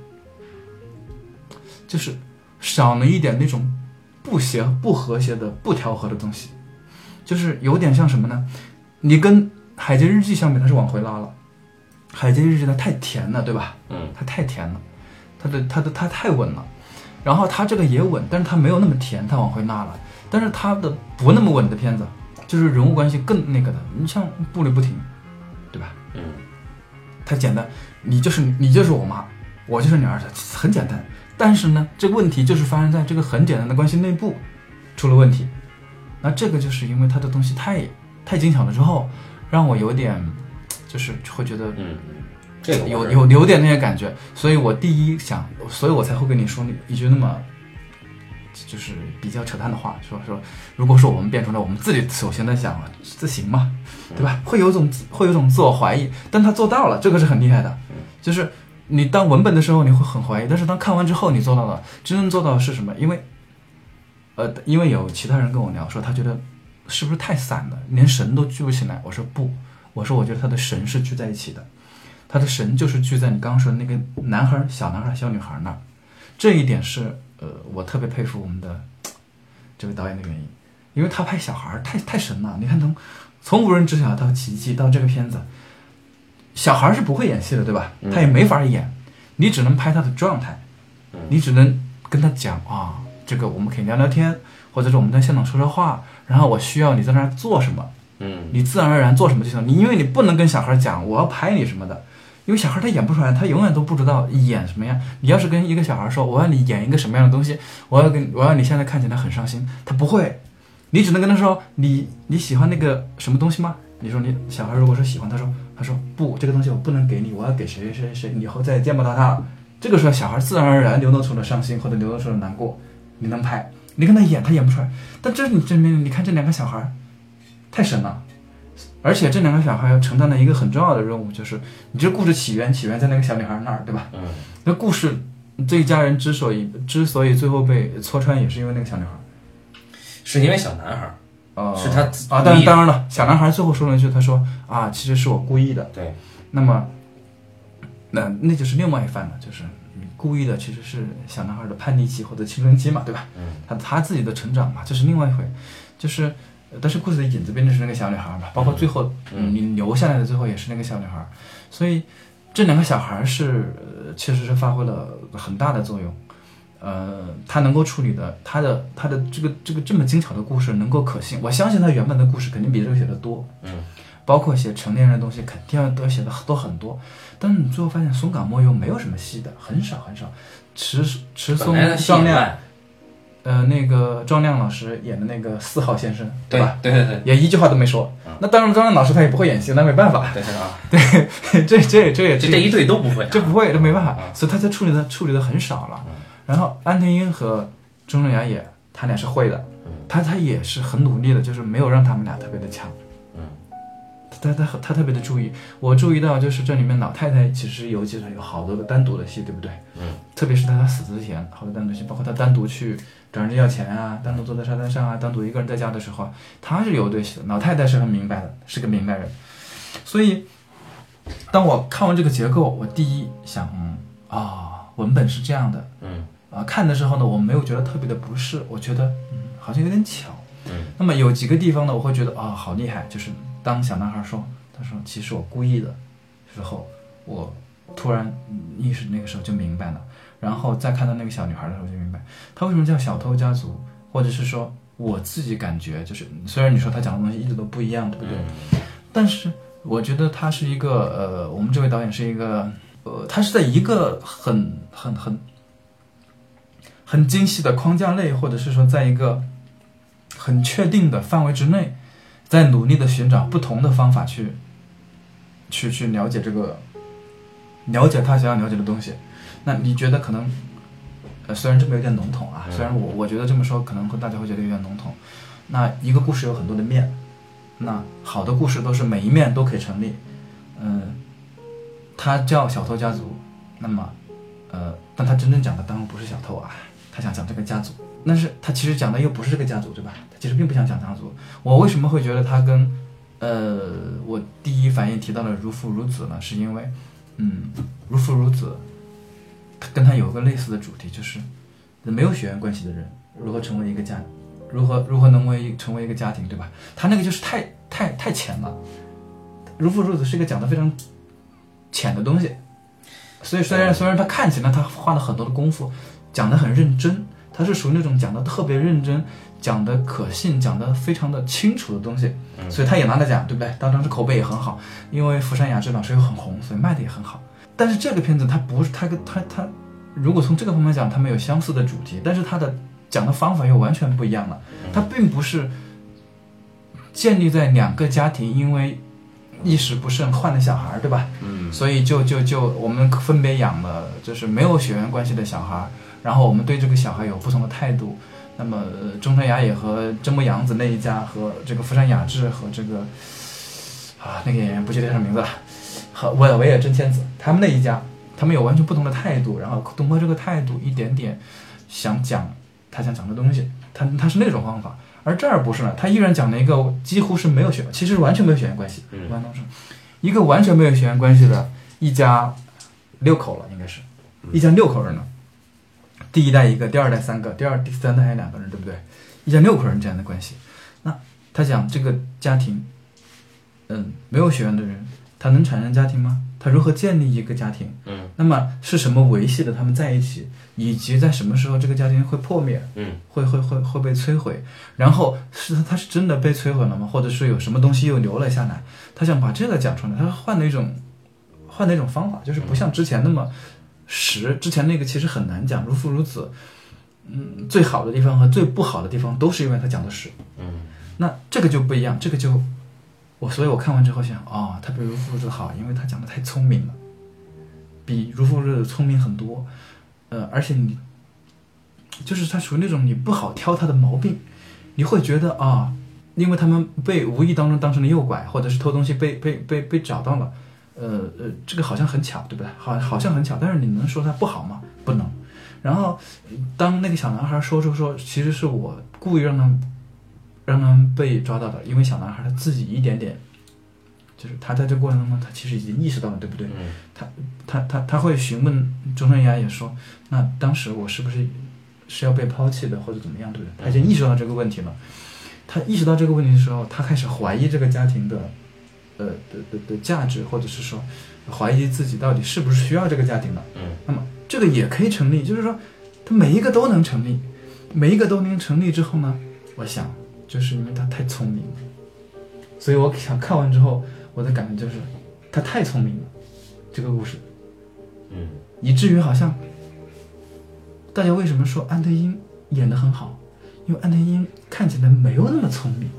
就是少了一点那种不协不和谐的不调和的东西，就是有点像什么呢？你跟《海街日记》相比，它是往回拉了，《海街日记》它太甜了，对吧？ 嗯， 它太甜了，它的它的它太稳了，然后它这个也稳，但是它没有那么甜，它往回拉了。但是它的不那么稳的片子，就是人物关系更那个的，你像步履不停，对吧？ 嗯， 太简单，你就是你就是我妈，我就是你儿子，很简单。但是呢，这个问题就是发生在这个很简单的关系内部出了问题。那这个就是因为它的东西太太精巧了之后，让我有点就是会觉得嗯，这个有有有点那些感觉，所以我第一想，所以我才会跟你说一句那么就是比较扯淡的话，说说如果说我们变出来，我们自己首先在想这行吗？对吧？会有种会有种自我怀疑，但他做到了，这个是很厉害的。就是你当文本的时候你会很怀疑，但是当看完之后你做到了，真正做到的是什么？因为呃，因为有其他人跟我聊说，他觉得是不是太散了，连神都聚不起来。我说不，我说我觉得他的神是聚在一起的，他的神就是聚在你刚刚说的那个男孩、小男孩、小女孩那儿。这一点是呃，我特别佩服我们的这位导演的原因，因为他拍小孩太太神了。你看从从无人知晓到奇迹到这个片子，小孩是不会演戏的，对吧？他也没法演，你只能拍他的状态，你只能跟他讲啊。这个我们可以聊聊天， 或者是我们在现场说说话，然后我需要你在那儿做什么， 嗯， 你自然而然做什么就行。你因为你不能跟小孩讲我要拍你什么的，因为小孩他演不出来，他永远都不知道演什么样。你要是跟一个小孩说我要你演一个什么样的东西，我要跟我要你现在看起来很伤心，他不会，你只能跟他说你你喜欢那个什么东西吗？你说你小孩如果说喜欢，他说他说不，这个东西我不能给你，我要给谁谁谁，你以后再也见不到他了。这个时候小孩自然而然流露出了伤心或者流露出了难过，你能拍，你跟他演他演不出来。但这是你证明，你看这两个小孩太神了，而且这两个小孩承担了一个很重要的任务，就是你这故事起源起源在那个小女孩那儿，对吧？ 嗯， 那故事这一家人之所以之所以最后被戳穿，也是因为那个小女孩， 是因为小男孩。 呃， 是他啊，当然当然了，小男孩最后说了一句，他说啊，其实是我故意的。 对， 那么，那那就是另外一番了，就是你故意的其实是小男孩的叛逆期或者青春期嘛，对吧？ 嗯， 他他自己的成长嘛，这是另外一回，就是，但是故事的引子毕竟是那个小女孩嘛，包括最后，嗯，你留下来的最后也是那个小女孩，所以这两个小孩是呃确实是发挥了很大的作用。呃，他能够处理的，他的他的这个这个这么精巧的故事能够可信，我相信他原本的故事肯定比这个写的多， 嗯， 包括写成年人的东西肯定要都写的多很多，但是你最后发现松冈茉优没有什么戏的，很少很少，池池松壮亮，呃，那个壮亮老师演的那个四号先生， 对吧？ 对对对， 也一句话都没说。嗯、那当然，壮亮老师他也不会演戏，那没办法。 对啊， 对，这这这也这这一对都不会、啊， 这不会，这没办法， 啊、 所以他在处理的处理的很少了。 嗯然后安藤樱和中村雅也，他俩是会的，他他也是很努力的，就是没有让他们俩特别的强， 嗯， 他他他特别的注意，我注意到就是这里面老太太其实有几场有好多个单独的戏，对不对？ 嗯， 特别是在他死之前，好多单独戏，包括他单独去找人家要钱啊，单独坐在沙滩上啊，单独一个人在家的时候，他是有对戏的，老太太是很明白的，是个明白人，所以当我看完这个结构，我第一想，嗯啊、哦，文本是这样的， 嗯。 啊，看的时候呢，我没有觉得特别的不适，我觉得嗯，好像有点巧。 嗯， 那么有几个地方呢，我会觉得啊、哦，好厉害。就是当小男孩说，他说其实我故意的时候，我突然意识那个时候就明白了。然后再看到那个小女孩的时候就明白，他为什么叫小偷家族，或者是说我自己感觉就是，虽然你说他讲的东西一直都不一样，对不对？ 嗯、 但是我觉得他是一个呃，我们这位导演是一个呃，他是在一个很很很。很精细的框架内，或者是说在一个很确定的范围之内，在努力的寻找不同的方法去去去了解这个了解他想要了解的东西。那你觉得可能呃虽然这么有点笼统啊，虽然我我觉得这么说可能大家会觉得有点笼统。那一个故事有很多的面，那好的故事都是每一面都可以成立。嗯、呃，他叫小偷家族，那么呃但他真正讲的当然不是小偷啊，他想讲这个家族，但是他其实讲的又不是这个家族，对吧？他其实并不想讲家族。我为什么会觉得他跟呃我第一反应提到了如父如子呢？是因为嗯如父如子他跟他有一个类似的主题，就是没有血缘关系的人如何成为一个家如何如何能为成为一个家庭，对吧？他那个就是太太太浅了。如父如子是一个讲的非常浅的东西，所以虽然虽然他看起来他花了很多的功夫，讲得很认真，他是属于那种讲得特别认真，讲得可信，讲得非常的清楚的东西，所以他也拿了奖，对不对？当时口碑也很好，因为福山雅治老师又很红，所以卖的也很好。但是这个片子它不是他跟他他，如果从这个方面讲，他们有相似的主题，但是他的讲的方法又完全不一样了。他并不是建立在两个家庭因为一时不慎换了小孩，对吧？嗯，所以就就就我们分别养了就是没有血缘关系的小孩，然后我们对这个小孩有不同的态度。那么中村雅也和真木阳子那一家，和这个福山雅治和这个啊那个演员不记得叫什么名字了，和尾尾野真千子他们那一家，他们有完全不同的态度，然后通过这个态度一点点想讲他想讲的东西，他他是那种方法。而这儿不是呢，他依然讲了一个几乎是没有血，其实完全没有血缘关系，完全是一个完全没有血缘关系的一家六口了，应该是一家六口人了。第一代一个，第二代三个，第二第三代还有两个人，对不对？一家六口人这样的关系。那他讲这个家庭，嗯，没有血缘的人，他能产生家庭吗？ 他如何建立一个家庭， 嗯， 那么是什么维系的他们在一起，以及在什么时候这个家庭会破灭， 嗯， 会会会会被摧毁，然后是他是真的被摧毁了吗？或者是有什么东西又留了下来？他想把这个讲出来，他换了一种换了一种方法，就是不像之前那么实，之前那个其实很难讲，如父如子，嗯，最好的地方和最不好的地方都是因为他讲的实， 嗯， 那这个就不一样，这个就我所以我看完之后想，哦，他比如父如子好，因为他讲的太聪明了，比如父如子聪明很多，呃，而且你就是他属于那种你不好挑他的毛病，你会觉得啊，因为他们被无意当中当成了诱拐，或者是偷东西被被被被找到了，呃呃，这个好像很巧，对不对？好，好像很巧，但是你能说他不好吗？不能。然后当那个小男孩说出说，其实是我故意让他让他们被抓到的，因为小男孩他自己一点点，就是他在这过程当中，他其实已经意识到了，对不对？ 嗯， 他他他他会询问中山牙也说，那当时我是不是是要被抛弃的，或者怎么样，对不对？他已经意识到这个问题了。他意识到这个问题的时候，他开始怀疑这个家庭的，呃的的的价值，或者是说怀疑自己到底是不是需要这个家庭的。 嗯， 那么这个也可以成立，就是说他每一个都能成立，每一个都能成立之后呢，我想就是因为他太聪明了，所以我想看完之后，我的感觉就是他太聪明了，这个故事， 嗯， 以至于好像大家为什么说安德英演得很好，因为安德英看起来没有那么聪明，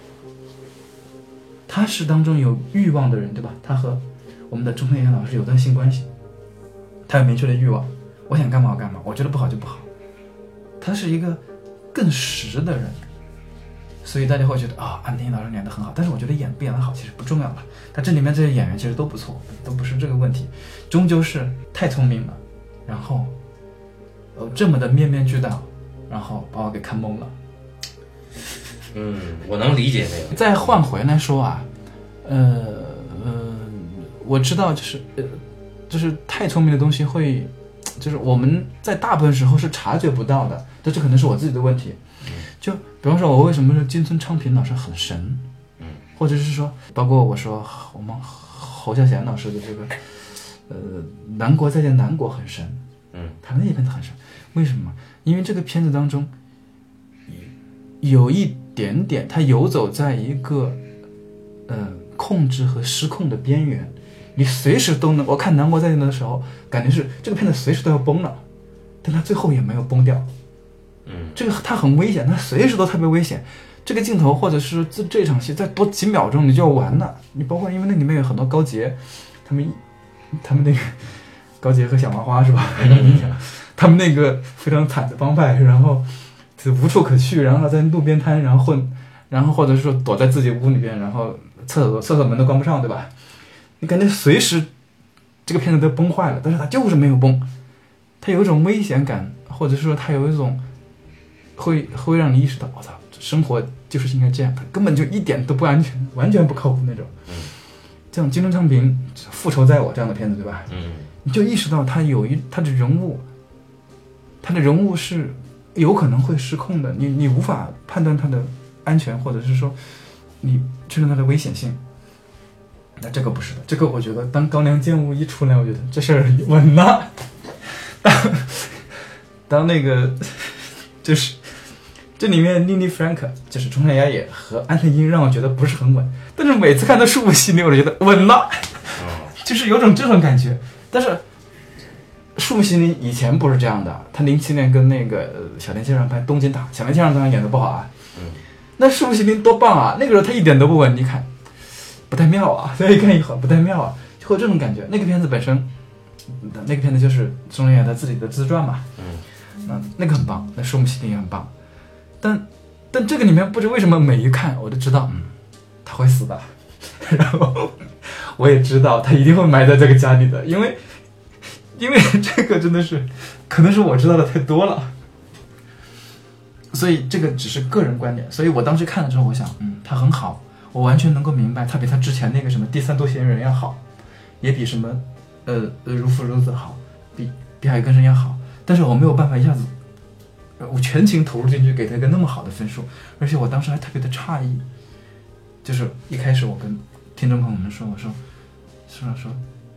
他是当中有欲望的人，对吧？他和我们的钟汉阳老师有段性关系，他有明确的欲望，我想干嘛我干嘛，我觉得不好就不好，他是一个更实的人，所以大家会觉得啊、哦，安德英老师演得很好，但是我觉得演不演得好其实不重要了，他这里面这些演员其实都不错，都不是这个问题，终究是太聪明了，然后呃这么的面面俱到，然后把我给看懵了。 嗯，我能理解这个。 再换回来说啊，呃呃，我知道就是呃，就是太聪明的东西会，就是我们在大部分时候是察觉不到的，这这可能是我自己的问题。就比方说，我为什么说金村昌平老师很神， 嗯， 或者是说，包括我说我们侯孝贤老师的这个，呃，南国再见南国很神， 嗯， 他那片子很神，为什么？因为这个片子当中有一点点，它游走在一个呃控制和失控的边缘，你随时都能。我看《南国再见》的时候，感觉是这个片子随时都要崩了，但它最后也没有崩掉。 嗯， 这个它很危险，它随时都特别危险。这个镜头或者是这这场戏再多几秒钟你就要完了。你包括因为那里面有很多高洁，他们他们那个高洁和小麻花是吧？他们那个非常惨的帮派，然后无处可去，然后在路边摊，然后混，然后或者是说躲在自己屋里边，然后厕所厕所门都关不上，对吧？你感觉随时这个片子都崩坏了，但是它就是没有崩，它有一种危险感，或者是说它有一种会会让你意识到，我操，生活就是应该这样，它根本就一点都不安全，完全不靠谱那种。 嗯， 像金城昌平《复仇在我》这样的片子，对吧？ 嗯， 你就意识到他有一他的人物，他的人物是有可能会失控的，你你无法判断他的安全，或者是说你确认他的危险性。那这个不是的，这个我觉得当高粱剑物一出来，我觉得这事儿稳了。当当那个就是这里面妮妮弗兰克就是中山雅也和安藤英让我觉得不是很稳，但是每次看到树木系列我就觉得稳了，就是有种这种感觉。但是树木心灵以前不是这样的，他零七年跟那个小田切让拍《东京塔》，小田切让当然演的不好啊， 嗯， 那树木心灵多棒啊！那个时候他一点都不稳，你看不太妙啊，所以看一会儿不太妙啊，就会有这种感觉。那个片子本身，那个片子就是中山雅他自己的自传嘛， 嗯， 那那个很棒，那树木心灵也很棒，但但这个里面不知为什么每一看我就知道，嗯，他会死的，然后我也知道他一定会埋在这个家里的，因为。因为这个真的是，可能是我知道的太多了，所以这个只是个人观点。所以我当时看了之后，我想，嗯，他很好，我完全能够明白，他比他之前那个什么第三多嫌疑人要好，也比什么，呃，如父如子好，比比海根生要好。但是我没有办法一下子，我全情投入进去，给他一个那么好的分数，而且我当时还特别的诧异，就是一开始我跟听众朋友们说，我说，说说。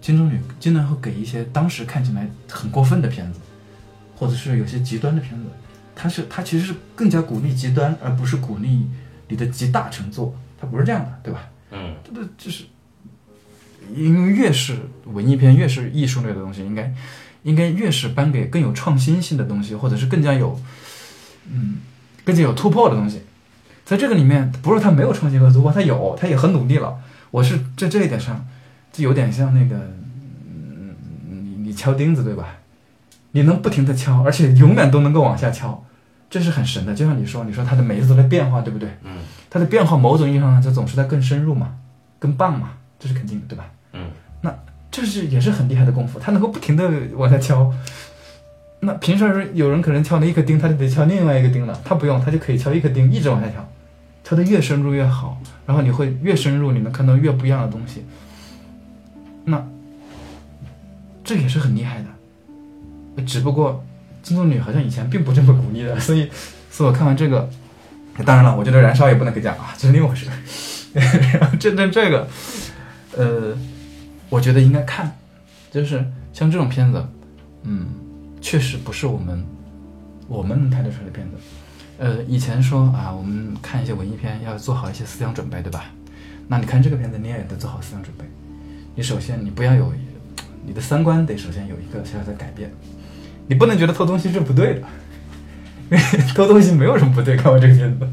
金棕榈经常会给一些当时看起来很过分的片子，或者是有些极端的片子，它是它其实是更加鼓励极端，而不是鼓励你的集大成作，它不是这样的，对吧？ 嗯， 这个就是因为越是文艺片，越是艺术类的东西，应该应该越是颁给更有创新性的东西，或者是更加有嗯更加有突破的东西。在这个里面，不是他没有创新和突破，他有，他也很努力了。我是在这一点上，就有点像那个，嗯，你你敲钉子对吧？你能不停的敲，而且永远都能够往下敲，这是很神的。就像你说，你说它的每一次都在变化，对不对？ 嗯， 它的变化某种意义上就总是在更深入嘛，更棒嘛，这是肯定的，对吧？ 嗯， 那这是也是很厉害的功夫，他能够不停的往下敲。那平时有人可能敲了一颗钉，他就得敲另外一个钉了，他不用，他就可以敲一颗钉一直往下敲，敲得越深入越好，然后你会越深入，你能看到越不一样的东西。那这也是很厉害的，只不过金棕榈好像以前并不这么鼓励的，所以所以我看完这个，当然了，我觉得燃烧也不能给奖啊，这是另外回事。然后真正这个，呃，我觉得应该看，就是像这种片子，嗯。确实不是我们我们能拍得出来的片子。呃，以前说啊，我们看一些文艺片要做好一些思想准备，对吧？那你看这个片子，你也得做好思想准备。你首先你不要有你的三观得首先有一个小小的改变，你不能觉得偷东西是不对的，因为偷东西没有什么不对。看完这个片子，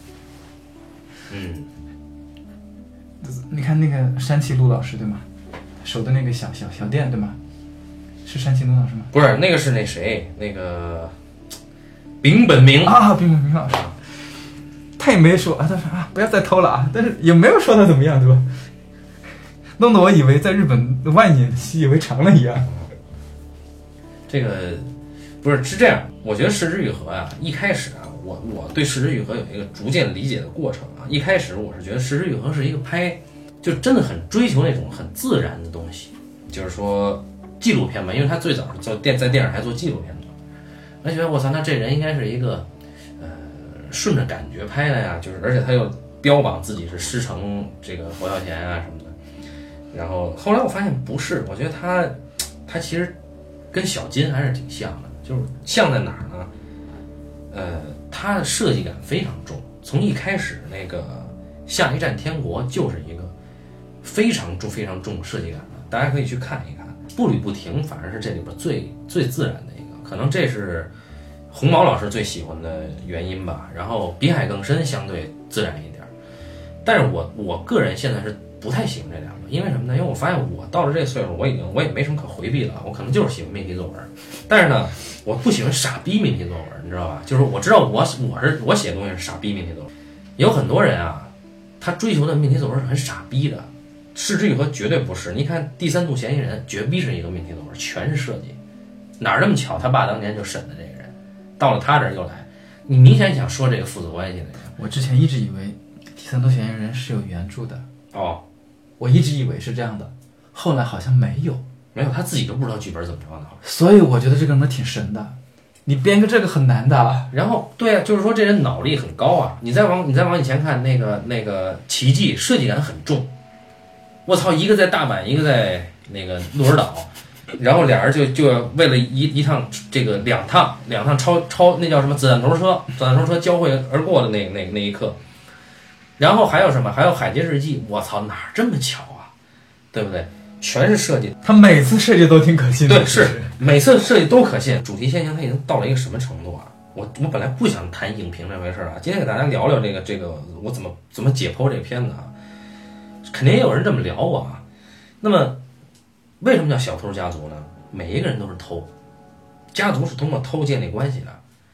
嗯， 你看那个山崎陆老师对吗？守的那个小小小店对吗？是山崎陆老师吗？ 不是，那个是那谁，那个丙本明啊，丙本明老师，他也没说啊，他说啊不要再偷了啊，但是也没有说他怎么样，对吧？弄得我以为在日本万年习以为常了一样。 这个不是是这样，我觉得是枝裕和啊，一开始啊，我我对是枝裕和有一个逐渐理解的过程啊。一开始我是觉得是枝裕和是一个拍，就真的很追求那种很自然的东西，就是说。纪录片嘛，因为他最早是做电在电视台做纪录片的，我觉得我操，那这人应该是一个，呃，顺着感觉拍的呀，就是而且他又标榜自己是师承这个侯孝贤啊什么的，然后后来我发现不是，我觉得他他其实跟小金还是挺像的，就是像在哪儿呢？呃，他的设计感非常重，从一开始那个下一站天国就是一个非常重非常重设计感的，大家可以去看一看。步履不停反而是这里边最最自然的一个，可能这是红毛老师最喜欢的原因吧。然后比海更深相对自然一点，但是我我个人现在是不太喜欢这两个，因为什么呢？因为我发现我到了这岁数，我已经我也没什么可回避了，我可能就是喜欢命题作文，但是呢，我不喜欢傻逼命题作文，你知道吧？就是我知道我我是我写的东西是傻逼命题作文，有很多人啊，他追求的命题作文是很傻逼的。是枝裕和绝对不是，你看第三度嫌疑人绝逼是一个命题作文，全是设计，哪儿这么巧？他爸当年就审的这个人，到了他这儿又来，你明显想说这个父子关系的。 我之前一直以为第三度嫌疑人是有原著的哦， 我一直以为是这样的，后来好像没有， 没有，他自己都不知道剧本怎么着的。 所以我觉得这个人挺神的，你编个这个很难的。 然后对啊，就是说这人脑力很高啊。你再往你再往以前看那个那个奇迹，设计感很重。我操，一个在大阪，一个在那个鹿儿岛，然后俩人就就为了一一趟这个两趟两趟超超那叫什么子弹头车，子弹头车交汇而过的那那那一刻，然后还有什么？还有海街日记，我操，哪这么巧啊？对不对？全是设计， 他每次设计都挺可信的。 对，是每次设计都可信。主题现象它已经到了一个什么程度啊？我我本来不想谈影评这回事啊，今天给大家聊聊这个这个我怎么怎么解剖这个片子啊。肯定也有人这么聊我啊。那么，为什么叫小偷家族呢？每一个人都是偷，家族是通过偷建立关系的。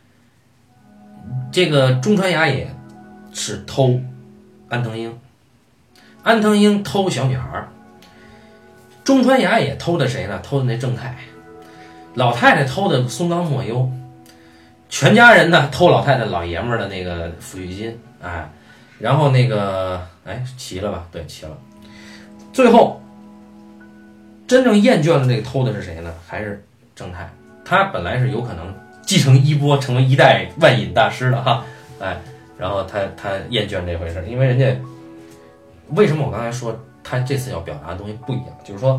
这个中川雅也是偷安藤英，安藤英偷小女孩，中川雅也偷的谁呢？偷的那正太，老太太偷的松冈莫优，全家人呢偷老太太老爷们儿的那个抚育金，哎。然后那个，哎，齐了吧？对，齐了。最后，真正厌倦了这个偷的是谁呢？还是正太。他本来是有可能继承衣钵，成为一代万引大师的哈，哎，然后他他厌倦这回事，因为人家为什么我刚才说他这次要表达的东西不一样？就是说，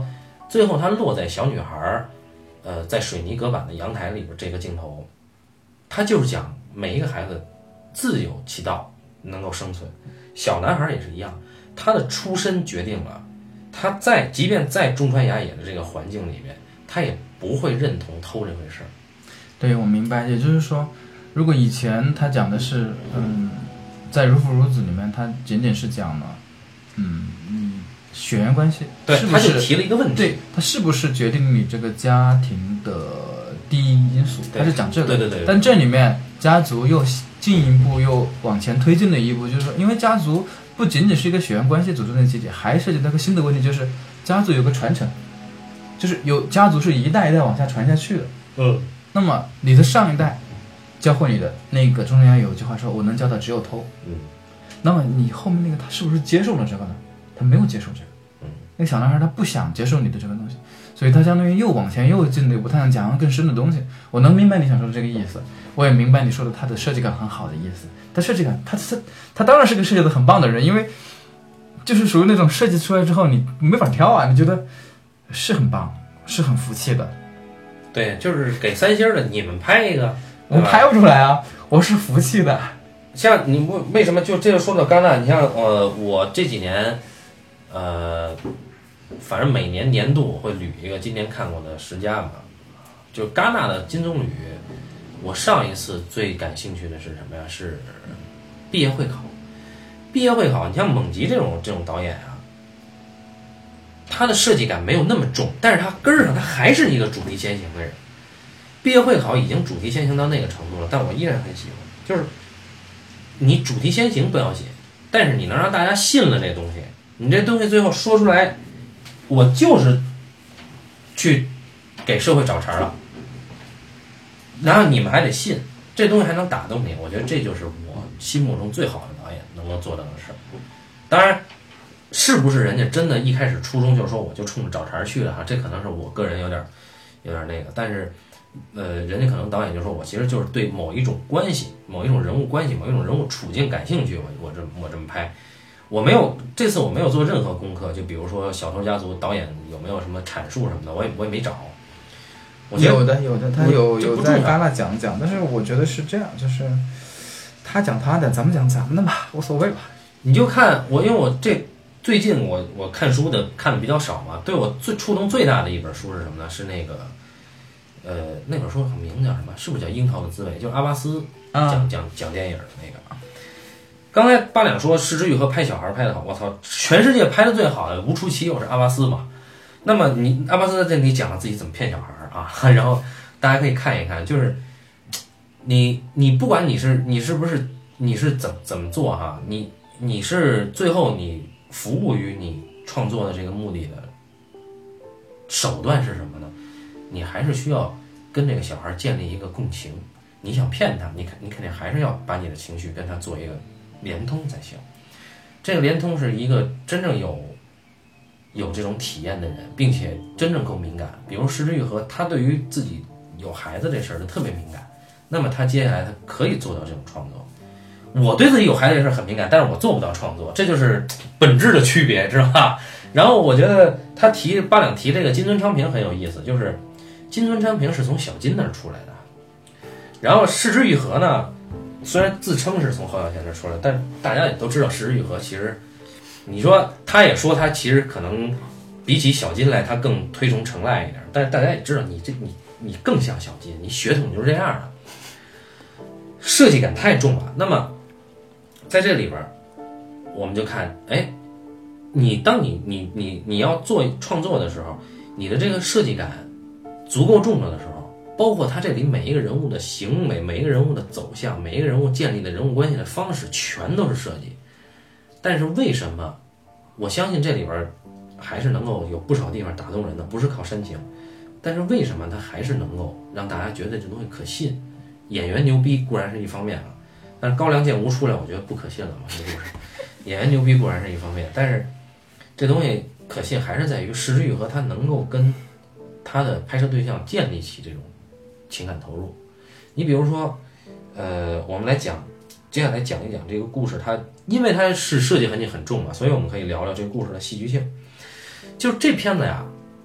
最后他落在小女孩呃在水泥隔板的阳台里边这个镜头，他就是讲每一个孩子自有其道，能够生存。小男孩也是一样，他的出身决定了他在即便在中川雅也的这个环境里面，他也不会认同偷这回事。 对，我明白。也就是说，如果以前他讲的是，嗯，在如父如子里面，他仅仅是讲了，嗯，嗯，血缘关系， 对， 是不是他就提了一个问题， 对，他是不是决定你这个家庭的第一因素？他是讲这个， 对对 对, 对。 但这里面家族又进一步又往前推进了一步，就是说，因为家族不仅仅是一个血缘关系组成的集体，还涉及到一个新的问题，就是家族有个传承，就是有家族是一代一代往下传下去的。 嗯。 那么你的上一代教会你的那个中间有一句话说，我能教的只有偷。 嗯。 那么你后面那个他是不是接受了这个呢？他没有接受这个。 嗯。 那个小男孩他不想接受你的这个东西，所以他相当于又往前又进了一步，他想讲更深的东西。我能明白你想说的这个意思，我也明白你说的他的设计感很好的意思。他设计感，他他他当然是个设计的很棒的人，因为就是属于那种设计出来之后你没法挑啊，你觉得是很棒，是很服气的。 对，就是给三星的，你们拍一个， 我拍不出来啊，我是服气的。 像你为什么就这就说到戛纳？你像呃，我这几年，呃，反正每年年度我会捋一个今年看过的十佳嘛，就戛纳的金棕榈。我上一次最感兴趣的是什么呀？是毕业会考。毕业会考，你像蒙吉这种这种导演啊，他的设计感没有那么重，但是他根儿上他还是一个主题先行的人。毕业会考已经主题先行到那个程度了，但我依然很喜欢。就是你主题先行不要紧，但是你能让大家信了这东西，你这东西最后说出来，我就是去给社会找茬了，然后你们还得信，这东西还能打动你。我觉得这就是我心目中最好的导演能够做到的事。当然是不是人家真的一开始初衷就是说我就冲着找茬去了哈，这可能是我个人有点有点那个，但是呃，人家可能导演就说我其实就是对某一种关系、某一种人物关系、某一种人物处境感兴趣，我我这我这么拍。我没有这次我没有做任何功课，就比如说《小偷家族》导演有没有什么阐述什么的，我也我也没找。我有的有的，他有有在戛纳讲讲，但是我觉得是这样，就是他讲他的，咱们讲咱们的吧，无所谓吧。 你就看我，因为我这最近我我看书的看的比较少嘛，对我最触动最大的一本书是什么呢？是那个呃那本书名字叫什么？是不是叫《樱桃的滋味》？就是阿巴斯讲讲讲电影的那个。刚才八两说石之予和拍小孩拍的好，我操，全世界拍的最好的无出其右是阿巴斯嘛。那么你阿巴斯在这里讲了自己怎么骗小孩啊，然后大家可以看一看，就是你你不管你是你是不是你是怎怎么做哈，你你是最后你服务于你创作的这个目的的手段是什么呢？你还是需要跟这个小孩建立一个共情。你想骗他，你肯你肯定还是要把你的情绪跟他做一个连通才行。这个连通是一个真正有有这种体验的人，并且真正够敏感。比如石之予和他对于自己有孩子这事儿就特别敏感，那么他接下来他可以做到这种创作。我对自己有孩子这事儿很敏感，但是我做不到创作，这就是本质的区别，知道吧？然后我觉得他提八两提这个金村昌平很有意思，就是金村昌平是从小金那儿出来的，然后石之予和呢，虽然自称是从侯孝贤那儿出来，但大家也都知道石之予和其实，你说他也说他其实可能比起小金来，他更推崇程赖一点，但是大家也知道你这你你更像小金，你血统就是这样的，设计感太重了。那么在这里边，我们就看，哎，你当你你你你要做创作的时候，你的这个设计感足够重了的时候，包括他这里每一个人物的行为、每一个人物的走向、每一个人物建立的人物关系的方式，全都是设计。但是为什么？我相信这里边还是能够有不少地方打动人的，不是靠煽情。但是为什么他还是能够让大家觉得这东西可信？演员牛逼固然是一方面啊，但是高梁健吾出来，我觉得不可信了嘛，这故事。演员牛逼固然是一方面，但是这东西可信还是在于石之予和他能够跟他的拍摄对象建立起这种情感投入。你比如说，呃，我们来讲，接下来讲一讲这个故事，它因为它是设计痕迹很重嘛，所以我们可以聊聊这个故事的戏剧性。就是这片子呀，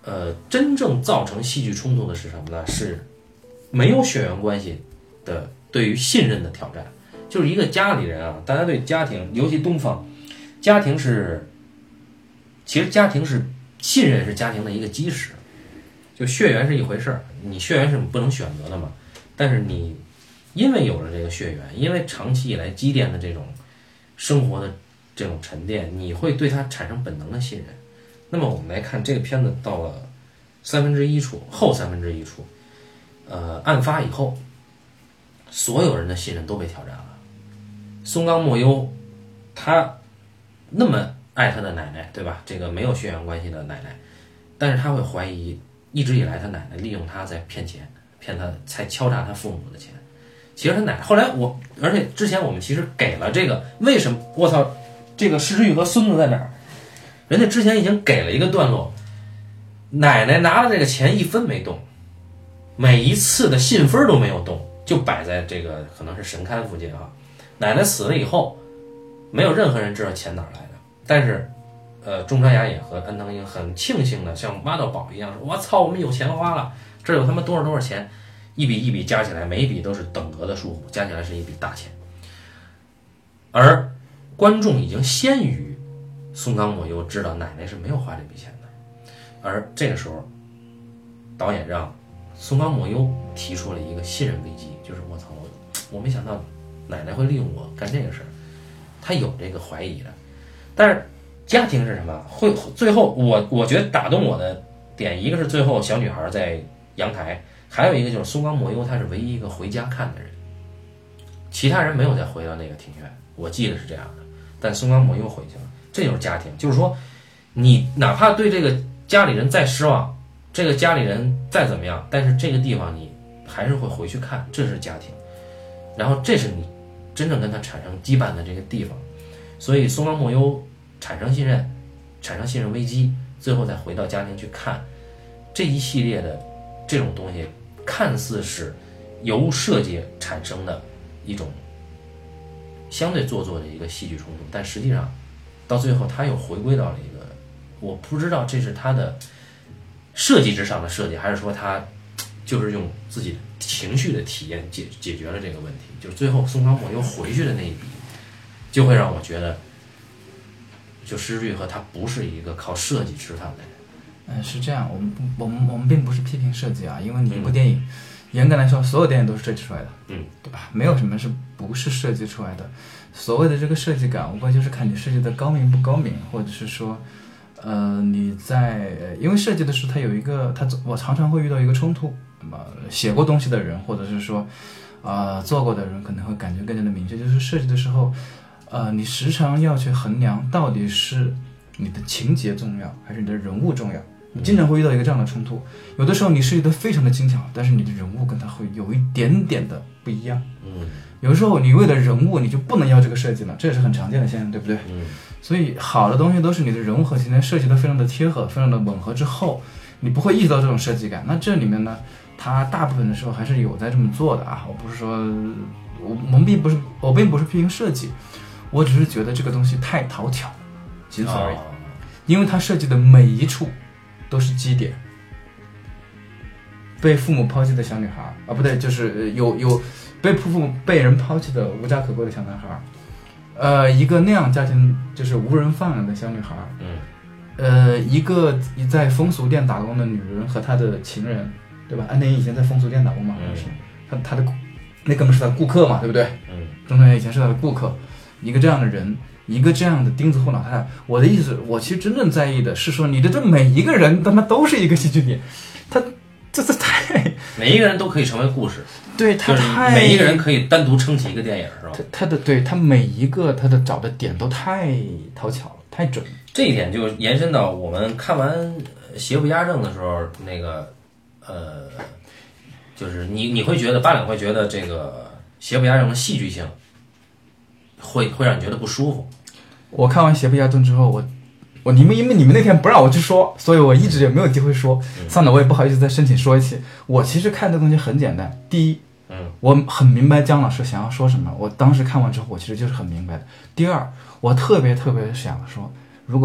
呃，真正造成戏剧冲突的是什么呢？是没有血缘关系的对于信任的挑战。就是一个家里人啊，大家对家庭，尤其东方，家庭是，其实家庭是信任是家庭的一个基石。就血缘是一回事儿，你血缘是不能选择的嘛，但是你因为有了这个血缘，因为长期以来积淀的这种生活的这种沉淀，你会对它产生本能的信任。那么我们来看这个片子到了三分之一处，后三分之一处，呃，案发以后，所有人的信任都被挑战了。松冈莫优，他那么爱他的奶奶，对吧？这个没有血缘关系的奶奶，但是他会怀疑，一直以来他奶奶利用他在骗钱，骗他，才敲诈他父母的钱。其实他奶奶后来我，而且之前我们其实给了这个，为什么我操，这个石之予和孙子在哪儿？人家之前已经给了一个段落，奶奶拿了这个钱一分没动，每一次的信封都没有动，就摆在这个可能是神龛附近啊。奶奶死了以后，没有任何人知道钱哪儿来的，但是，呃，中川雅也和安藤樱很庆幸的像挖到宝一样说，我操，我们有钱花了，这有他妈多少多少钱，一笔一笔加起来，每一笔都是等额的数目，加起来是一笔大钱。而观众已经先于松冈莫优知道奶奶是没有花这笔钱的，而这个时候，导演让松冈莫优提出了一个信任危机，就是我操，我我没想到奶奶会利用我干这个事儿，他有这个怀疑的。但是家庭是什么？会最后我我觉得打动我的点，一个是最后小女孩在阳台，还有一个就是松冈莫优他是唯一一个回家看的人，其他人没有再回到那个庭院，我记得是这样的。但松冈莫优回去了，这就是家庭。就是说，你哪怕对这个家里人再失望，这个家里人再怎么样，但是这个地方你还是会回去看，这是家庭。然后这是你真正跟他产生羁绊的这个地方。所以松冈莫优产生信任，产生信任危机，最后再回到家庭去看这一系列的这种东西，看似是由设计产生的一种相对做作的一个戏剧冲突，但实际上到最后他又回归到了一个，我不知道这是他的设计之上的设计，还是说他就是用自己情绪的体验解解决了这个问题。就是最后松冈莫优回去的那一笔，就会让我觉得，就石之予和他不是一个靠设计吃饭的人。 嗯，是这样，我们我们我们并不是批评设计啊，因为你一部电影，嗯、严格来说，所有电影都是设计出来的， 嗯， 对吧？没有什么是不是设计出来的。所谓的这个设计感，无非就是看你设计的高明不高明，或者是说，呃，你在因为设计的时候，它有一个，它我常常会遇到一个冲突。那么写过东西的人，或者是说，呃，做过的人，可能会感觉更加的明确。就是设计的时候，呃，你时常要去衡量，到底是你的情节重要，还是你的人物重要。你经常会遇到一个这样的冲突。有的时候你设计的非常的精巧，但是你的人物跟它会有一点点的不一样。 嗯。 有的时候你为了人物，你就不能要这个设计了，这也是很常见的现象，对不对？ 嗯。 所以好的东西都是你的人物和情节设计的非常的贴合，非常的吻合之后，你不会意识到这种设计感。那这里面呢，它大部分的时候还是有在这么做的啊。我不是说，我我们并不是，我并不是批评设计，我只是觉得这个东西太讨巧，仅此而已。哦、因为它设计的每一处都是基点。被父母抛弃的小女孩啊，不对，就是有有被父母被人抛弃的无家可归的小男孩，呃，一个那样家庭就是无人放养的小女孩， 嗯， 呃，一个在风俗店打工的女人和她的情人，对吧？安藤樱以前在风俗店打工嘛，好像是，他他的那哥们是他的顾客嘛，对不对？ 嗯， 中川以前是他的顾客，一个这样的人，一个这样的钉子户老太太。我的意思，我其实真正在意的是说，你的这每一个人他妈都是一个戏剧点，他。这是太每一个人都可以成为故事， 对他太、 就是、每一个人可以单独撑起一个电影，是吧？ 他他的对他每一个他的找的点都太讨巧了，太准了。 这一点就延伸到我们看完《邪不压正》的时候，那个呃，就是你你会觉得八两会觉得这个《邪不压正》的戏剧性会会让你觉得不舒服。 我看完《邪不压正》之后，我。我你们因为你们那天不让我去说，所以我一直也没有机会说。算了，我也不好意思再申请说一期。我其实看这东西很简单。第一， 嗯， 我很明白姜老师想要说什么。我当时看完之后，我其实就是很明白的。第二，我特别特别想说，如果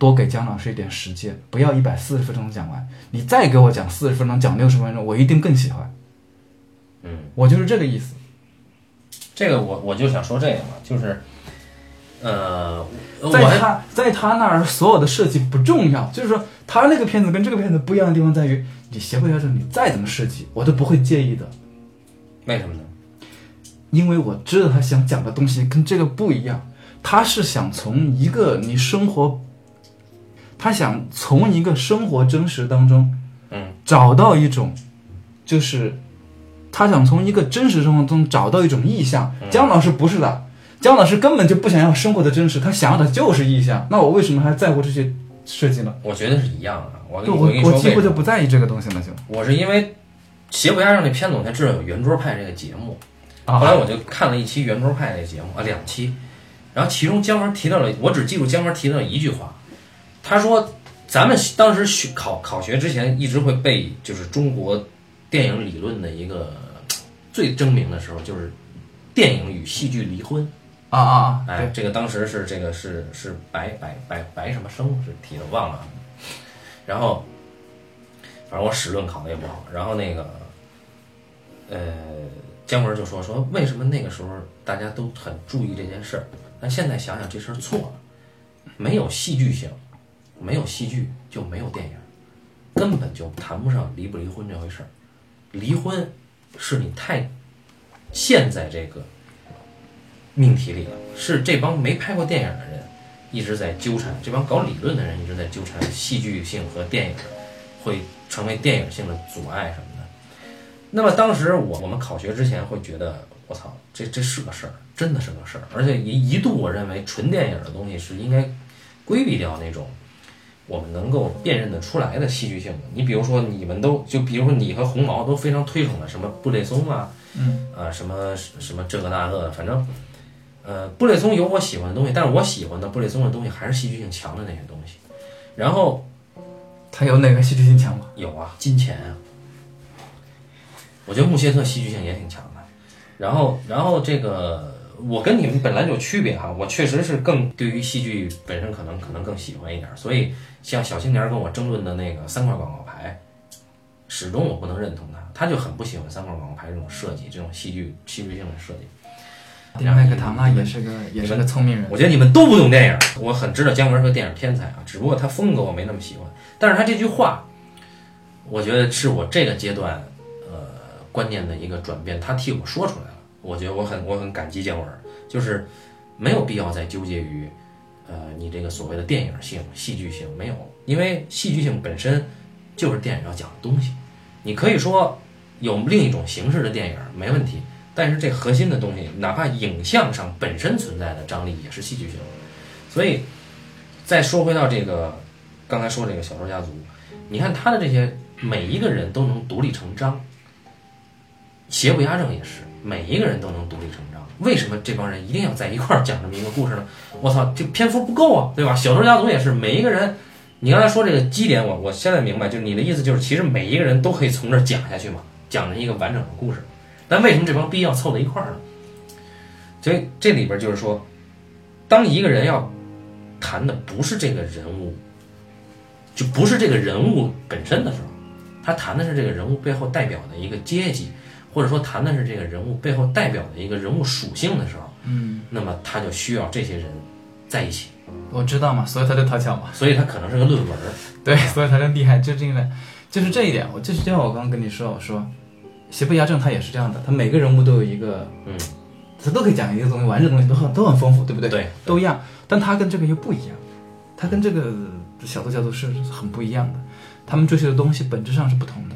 多给姜老师一点时间，不要一百四十分钟讲完，你再给我讲四十分钟，讲六十分钟，我一定更喜欢。 嗯， 我就是这个意思。 这个我我就想说这个嘛，就是，呃， 在他在他那儿所有的设计不重要，就是说他那个片子跟这个片子不一样的地方在于，你邪不压正，你再怎么设计，我都不会介意的。 为什么呢？ 因为我知道他想讲的东西跟这个不一样，他是想从一个你生活，他想从一个生活真实当中， 嗯， 找到一种，就是他想从一个真实生活中找到一种意象。姜老师不是的，姜老师根本就不想要生活的真实，他想要的就是意象。那我为什么还在乎这些设计呢？ 我觉得是一样的。我我我我几乎就不在意这个东西了，就我是因为邪不压正那片子我才知道有圆桌派这个节目。 啊、 后来我就看了一期圆桌派那个节目啊，两期，然后其中姜文提到了，我只记住姜文提到了一句话，他说咱们当时学考考学之前一直会背，就是中国电影理论的一个最争鸣的时候，就是电影与戏剧离婚啊啊啊！ 哎，这个当时是这个是是白白白白什么生是提的忘了，然后反正我史论考的也不好，然后那个呃。姜文就说说为什么那个时候大家都很注意这件事儿，但现在想想这事儿错了，没有戏剧性，没有戏剧就没有电影，根本就谈不上离不离婚这回事儿。离婚是你太陷在这个命题里了，是这帮没拍过电影的人一直在纠缠，这帮搞理论的人一直在纠缠戏剧性和电影会成为电影性的阻碍什么的。那么当时我我们考学之前会觉得，我操，这这是个事儿，真的是个事儿，而且一一度我认为纯电影的东西是应该规避掉那种我们能够辨认得出来的戏剧性的。你比如说，你们都就比如说你和红毛都非常推崇的什么布列松啊， 嗯啊什么什么这个那个的，反正呃布列松有我喜欢的东西，但是我喜欢的布列松的东西还是戏剧性强的那些东西。然后他有哪个戏剧性强吗？ 有啊，金钱啊。我觉得穆谢特戏剧性也挺强的，然后，然后这个我跟你们本来就有区别哈，我确实是更对于戏剧本身可能可能更喜欢一点，所以像小青年跟我争论的那个三块广告牌，始终我不能认同他，他就很不喜欢三块广告牌这种设计，这种戏剧戏剧性的设计。 麦克唐纳也是个也是个聪明人， 我觉得你们都不懂电影，我很知道姜文是个电影天才啊，只不过他风格我没那么喜欢，但是他这句话，我觉得是我这个阶段。观念的一个转变，他替我说出来了，我觉得我很我很感激姜文，就是没有必要再纠结于，呃，你这个所谓的电影性、戏剧性没有，因为戏剧性本身就是电影要讲的东西，你可以说有另一种形式的电影没问题，但是这核心的东西，哪怕影像上本身存在的张力也是戏剧性的，所以再说回到这个刚才说这个小偷家族，你看他的这些每一个人都能独立成章。邪不压正也是，每一个人都能独立成章。为什么这帮人一定要在一块儿讲这么一个故事呢？我操，这篇幅不够啊，对吧？小偷家族也是，每一个人，你刚才说这个基点，我我现在明白，就是你的意思就是，其实每一个人都可以从这儿讲下去嘛，讲成一个完整的故事。但为什么这帮逼要凑在一块儿呢？所以这里边就是说，当一个人要谈的不是这个人物，就不是这个人物本身的时候，他谈的是这个人物背后代表的一个阶级。或者说谈的是这个人物背后代表的一个人物属性的时候， 嗯， 那么他就需要这些人在一起。 我知道嘛，所以他就讨巧嘛， 所以他可能是个论文。 对，所以他就厉害，就这个，就是这一点。我就是就像我刚刚跟你说，我说邪不压正，他也是这样的，他每个人物都有一个， 嗯， 他都可以讲一个东西，完整的东西都很都很丰富，对不对？ 对， 都一样。但他跟这个又不一样，他跟这个小偷家族是很不一样的，他们追求的东西本质上是不同的。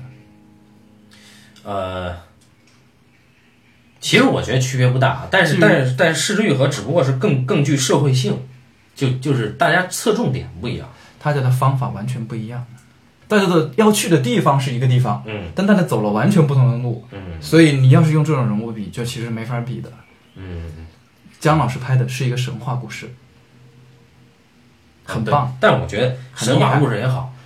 呃。其实我觉得区别不大，但是但是但是失之愈合只不过是更更具社会性，就就是大家侧重点不一样， 大家的方法完全不一样，大家的要去的地方是一个地方， 嗯， 但大家走了完全不同的路， 嗯， 所以你要是用这种人物比，就其实没法比的， 嗯， 姜老师拍的是一个神话故事，很棒， 但是我觉得神话故事也好，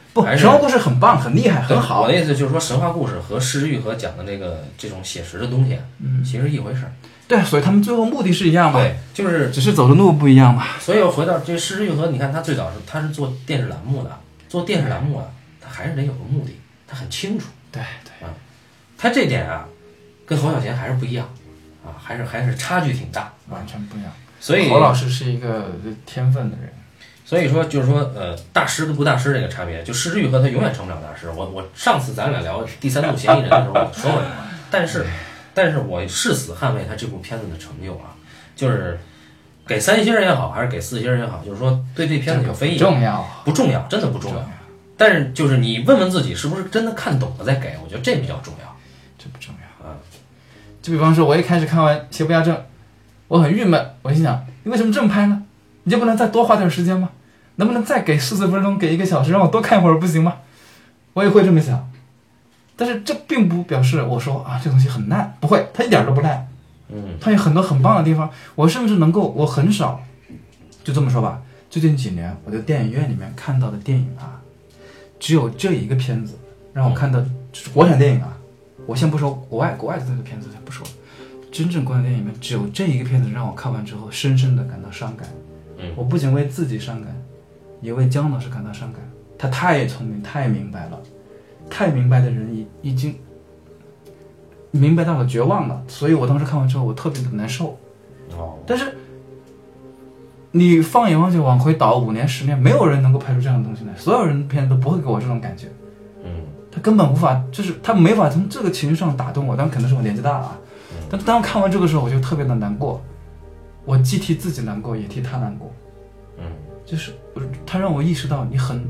不， 还是神话故事很棒，很厉害，很好。 我的意思就是说，神话故事和失之愈合讲的这个这种写实的东西，嗯，其实是一回事儿。 对，所以他们最后目的是一样嘛？ 对，就是只是走的路不一样嘛。 所以回到这失之愈合，你看他最早是他是做电视栏目的，做电视栏目的，他还是得有个目的，他很清楚。 对对啊，他这点啊，跟侯孝贤还是不一样啊，还是还是差距挺大， 完全不一样。 所以侯老师是一个天分的人。 所以说，就是说，呃，大师跟不大师这个差别，就失之愈合他永远成不了大师。我我上次咱俩聊第三度嫌疑人的时候，我说过这话，但是，但是我誓死捍卫他这部片子的成就啊，就是给三星人也好，还是给四星人也好，就是说对这片子有非议， 重要不重要，真的不重要。但是就是你问问自己，是不是真的看懂了再给？我觉得这比较重要， 这不重要啊。 就比方说，我一开始看完《邪不压正》，我很郁闷，我心想，你为什么这么拍呢？你就不能再多花点时间吗？能不能再给十四分钟，给一个小时，让我多看一会儿不行吗？我也会这么想，但是这并不表示我说啊这东西很烂，不会，它一点都不烂， 嗯， 它有很多很棒的地方。我甚至能够，我很少，就这么说吧，最近几年我在电影院里面看到的电影啊，只有这一个片子让我看到，就是国产电影啊，我先不说国外国外的这个片子，先不说，真正国产电影里面只有这一个片子让我看完之后深深的感到伤感。 嗯， 我不仅为自己伤感，也为姜老师感到伤感。他太聪明，太明白了，太明白的人已已经明白到了绝望了。所以我当时看完之后，我特别的难受。 哦， 但是你放眼望去，往回倒五年、十年，没有人能够拍出这样的东西来，所有人片子都不会给我这种感觉。 嗯， 他根本无法，就是他没法从这个情绪上打动我。但可能是我年纪大了啊。但当我看完这个时候，我就特别的难过。我既替自己难过，也替他难过。 嗯， 就是他让我意识到你很，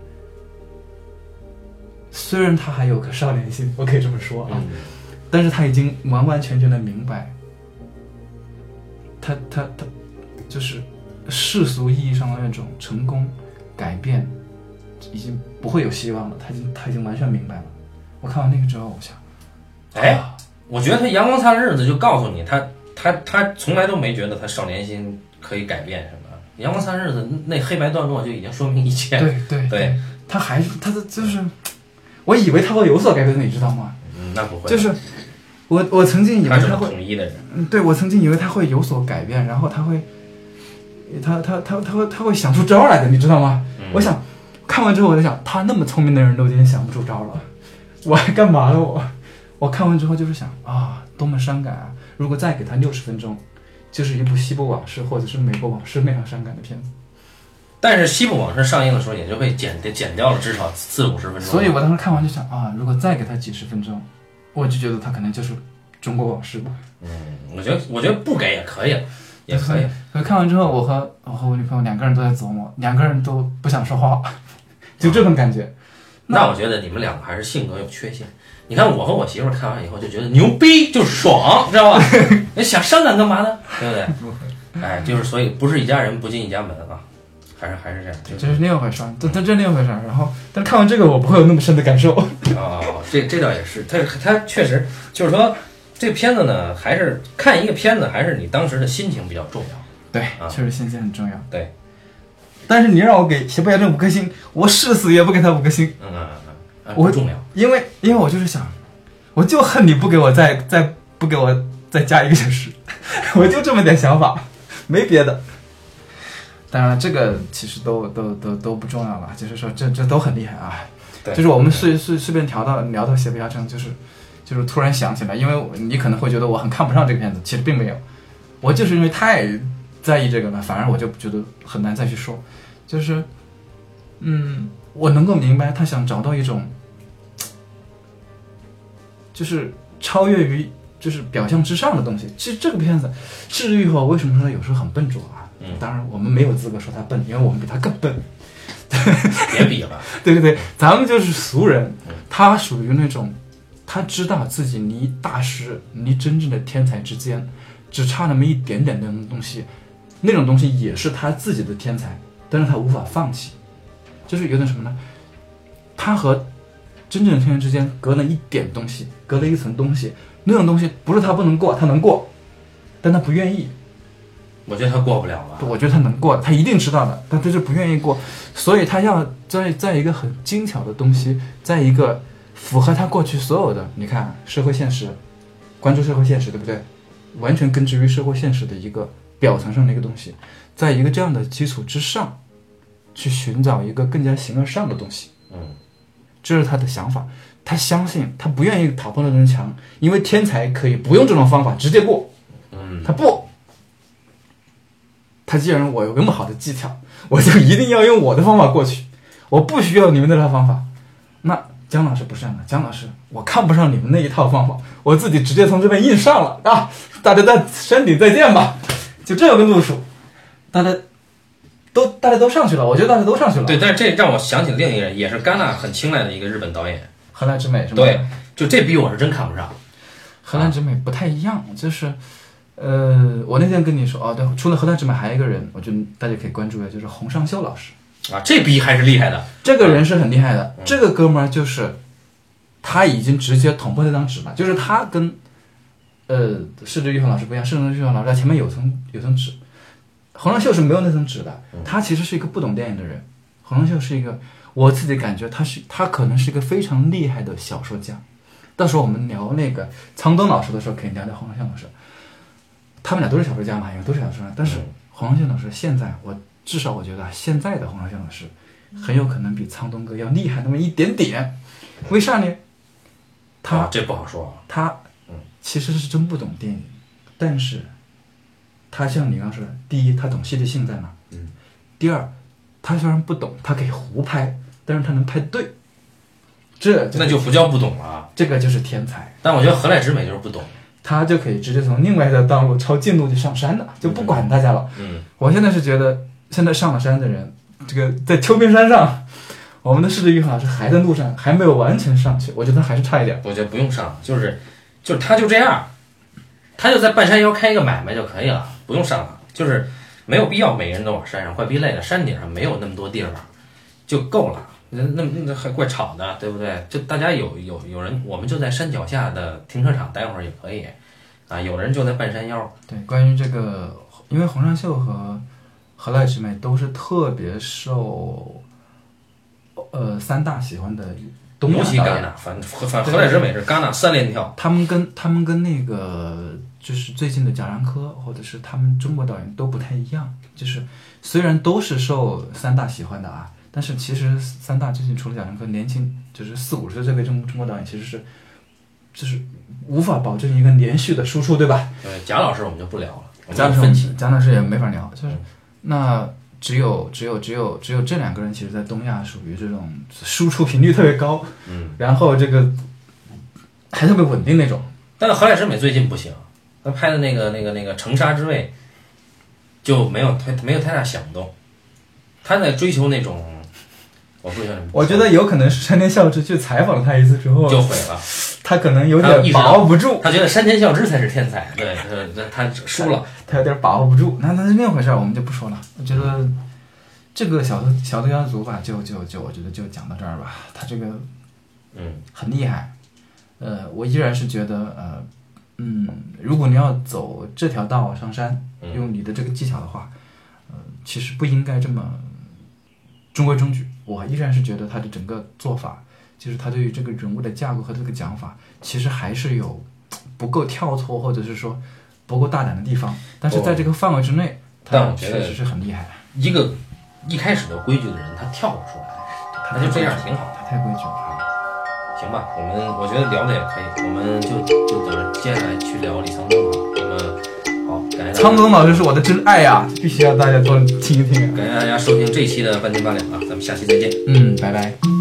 虽然他还有个少年心，我可以这么说啊， 嗯， 但是他已经完完全全的明白，他他他就是世俗意义上的那种成功改变已经不会有希望了，他已经他已经完全明白了。我看完那个之后，我想， 哎，啊、我觉得他阳光灿烂日子就告诉你，他他他从来都没觉得他少年心可以改变什么。阳光灿烂日子那黑白段落就已经说明一切。 对对对， 他还是他的就是，我以为他会有所改变，你知道吗？ 嗯，那不会。 就是我我曾经以为他会他是统一的人。 嗯，对，我曾经以为他会有所改变，然后他会，他他他他会他会想出招来的，你知道吗？ 嗯、 我想看完之后我在想，他那么聪明的人都已经想不出招了，我还干嘛了我？我看完之后就是想啊，多么伤感啊！如果再给他六十分钟。就是一部《西部往事》或者是《美国往事》那样伤感的片子， 但是《西部往事》上映的时候也就被剪剪掉了至少四五十分钟。 所以我当时看完就想啊，如果再给他几十分钟，我就觉得他可能就是《中国往事》吧。 嗯，我觉得我觉得不给也可以，也可以。 所以看完之后，我和我和我女朋友两个人都在琢磨，两个人都不想说话，就这种感觉。 那, 那我觉得你们两个还是性格有缺陷。你看我和我媳妇看完以后就觉得牛逼，就是爽，知道吧？你想伤感干嘛呢？对不对？哎，就是所以不是一家人不进一家门啊，还是还是这样。 这是另一回事，这这这另一回事。然后，但是看完这个我不会有那么深的感受。 哦，这这倒也是，他他确实就是说，这片子呢，还是看一个片子，还是你当时的心情比较重要。 对， 啊、 确实心情很重要。 对， 但是你让我给《邪不压正》五颗星，我誓死也不给他五颗星。 嗯嗯嗯。 我重要， 因为因为我就是想，我就恨你不给我再再不给我再加一个小时，我就这么点想法，没别的。当然了，这个其实都都都都不重要了，就是说这这都很厉害啊。 对， 就是我们随随随便调到聊到《邪不压正》，就是就是突然想起来，因为你可能会觉得我很看不上这个片子，其实并没有，我就是因为太在意这个了，反而我就觉得很难再去说，就是嗯。我能够明白他想找到一种就是超越于就是表象之上的东西。其实这个片子失之愈合为什么说他有时候很笨拙啊、嗯、当然我们没有资格说他笨，因为我们比他更笨。 别比了。 对对对，咱们就是俗人，他属于那种他知道自己离大师离真正的天才之间只差那么一点点的东西，那种东西也是他自己的天才，但是他无法放弃。就是有点什么呢？他和真正的天才之间隔了一点东西，隔了一层东西。那种东西不是他不能过，他能过，但他不愿意。 我觉得他过不了吧？ 我觉得他能过的，他一定知道的，但他就不愿意过，所以他要在在一个很精巧的东西，在一个符合他过去所有的，你看社会现实，关注社会现实，对不对？完全根植于社会现实的一个表层上的一个东西，在一个这样的基础之上，去寻找一个更加形而上的东西。 嗯， 这是他的想法，他相信，他不愿意打破那种墙，因为天才可以不用这种方法直接过。 嗯， 他不。他既然我有那么好的技巧，我就一定要用我的方法过去，我不需要你们那套方法。那姜老师不是这样的，姜老师我看不上你们那一套方法，我自己直接从这边硬上了啊！大家在山顶再见吧，就这样个路数，大家都大家都上去了，我觉得大家都上去了。 对，但是这让我想起另一个人，也是戛纳很青睐的一个日本导演， 荷兰之美是吗？ 对，就这逼我是真看不上。 荷兰之美不太一样，就是呃，我那天跟你说哦，对，除了荷兰之美，还有一个人，我觉得大家可以关注的，就是洪尚秀老师啊，这逼还是厉害的。 这个人是很厉害的， 嗯、 这个哥们儿就是他已经直接捅破那张纸了，就是他跟呃市之玉衡老师不一样，市之玉衡老师在前面有层有层纸，洪尚秀是没有那层纸的，他其实是一个不懂电影的人。洪尚秀是一个，我自己感觉他是他可能是一个非常厉害的小说家。到时候我们聊那个苍东老师的时候，可以聊聊洪尚秀老师。他们俩都是小说家嘛，因为都是小说家。但是洪尚秀老师现在，我至少我觉得现在的洪尚秀老师很有可能比苍东哥要厉害那么一点点。为啥呢？他、 哦、这不好说。 他其实是真不懂电影，但是他像你刚说的，第一，他懂戏剧性在哪； 嗯， 第二，他虽然不懂，他可以胡拍，但是他能拍对。这那就不叫不懂了， 这个就是天才。 但我觉得河濑直美就是不懂， 他就可以直接从另外的道路抄近路就上山的，就不管大家了。 嗯， 我现在是觉得，现在上了山的人，这个在秋名山上，我们的市之玉衡老师还在路上，还没有完全上去，我觉得还是差一点。 我觉得不用上，就是就是他就这样，他就在半山腰开一个买卖就可以了，不用上了，就是没有必要每个人都往山上，怪逼累的。山顶上没有那么多地方，就够了。那那那还怪吵的，对不对？就大家有有有人，我们就在山脚下的停车场待会儿也可以，啊，有的人就在半山腰。 对，关于这个，因为洪尚秀和河濑直美都是特别受呃三大喜欢的东亚导演。 戛纳，反正反河濑直美是戛纳三连跳。 他们跟他们跟那个就是最近的贾樟柯或者是他们中国导演都不太一样，就是虽然都是受三大喜欢的啊。但是其实三大最近除了贾樟柯，年轻就是四五十岁这位中中国导演其实是，就是无法保证一个连续的输出，对吧？ 对，贾老师我们就不聊了， 贾老师贾老师也没法聊，就是、 嗯、 那只有只有只有只有这两个人，其实在东亚属于这种输出频率特别高， 嗯， 然后这个还特别稳定那种。 但是河濑直美最近不行，他拍的那个那个那个《城沙之味》就没有太没有太大响动，他在追求那种。我不想， 我觉得有可能是山田孝之去采访了他一次之后就毁了， 他可能有点把握不住， 他觉得山田孝之才是天才，对，他他输了， 他有点把握不住，那那是另一回事，我们就不说了。我觉得这个小的小的家族吧，就就就我觉得就讲到这儿吧。他这个嗯很厉害，呃，我依然是觉得呃嗯，如果你要走这条道上山，用你的这个技巧的话，呃，其实不应该这么中规中矩。我依然是觉得他的整个做法，就是他对于这个人物的架构和这个讲法，其实还是有不够跳脱，或者是说不够大胆的地方。但是在这个范围之内，他确实是很厉害。 一个一开始的规矩的人，他跳不出来，他就这样挺好。 他太规矩了。 行吧，我们我觉得聊的也可以，我们就就等着接下来去聊李沧东吧。那么。好，感谢苍东老师是我的真爱呀、啊，必须要大家多听一听、啊。 感谢大家收听这一期的半斤八两啊，咱们下期再见。 嗯，拜拜。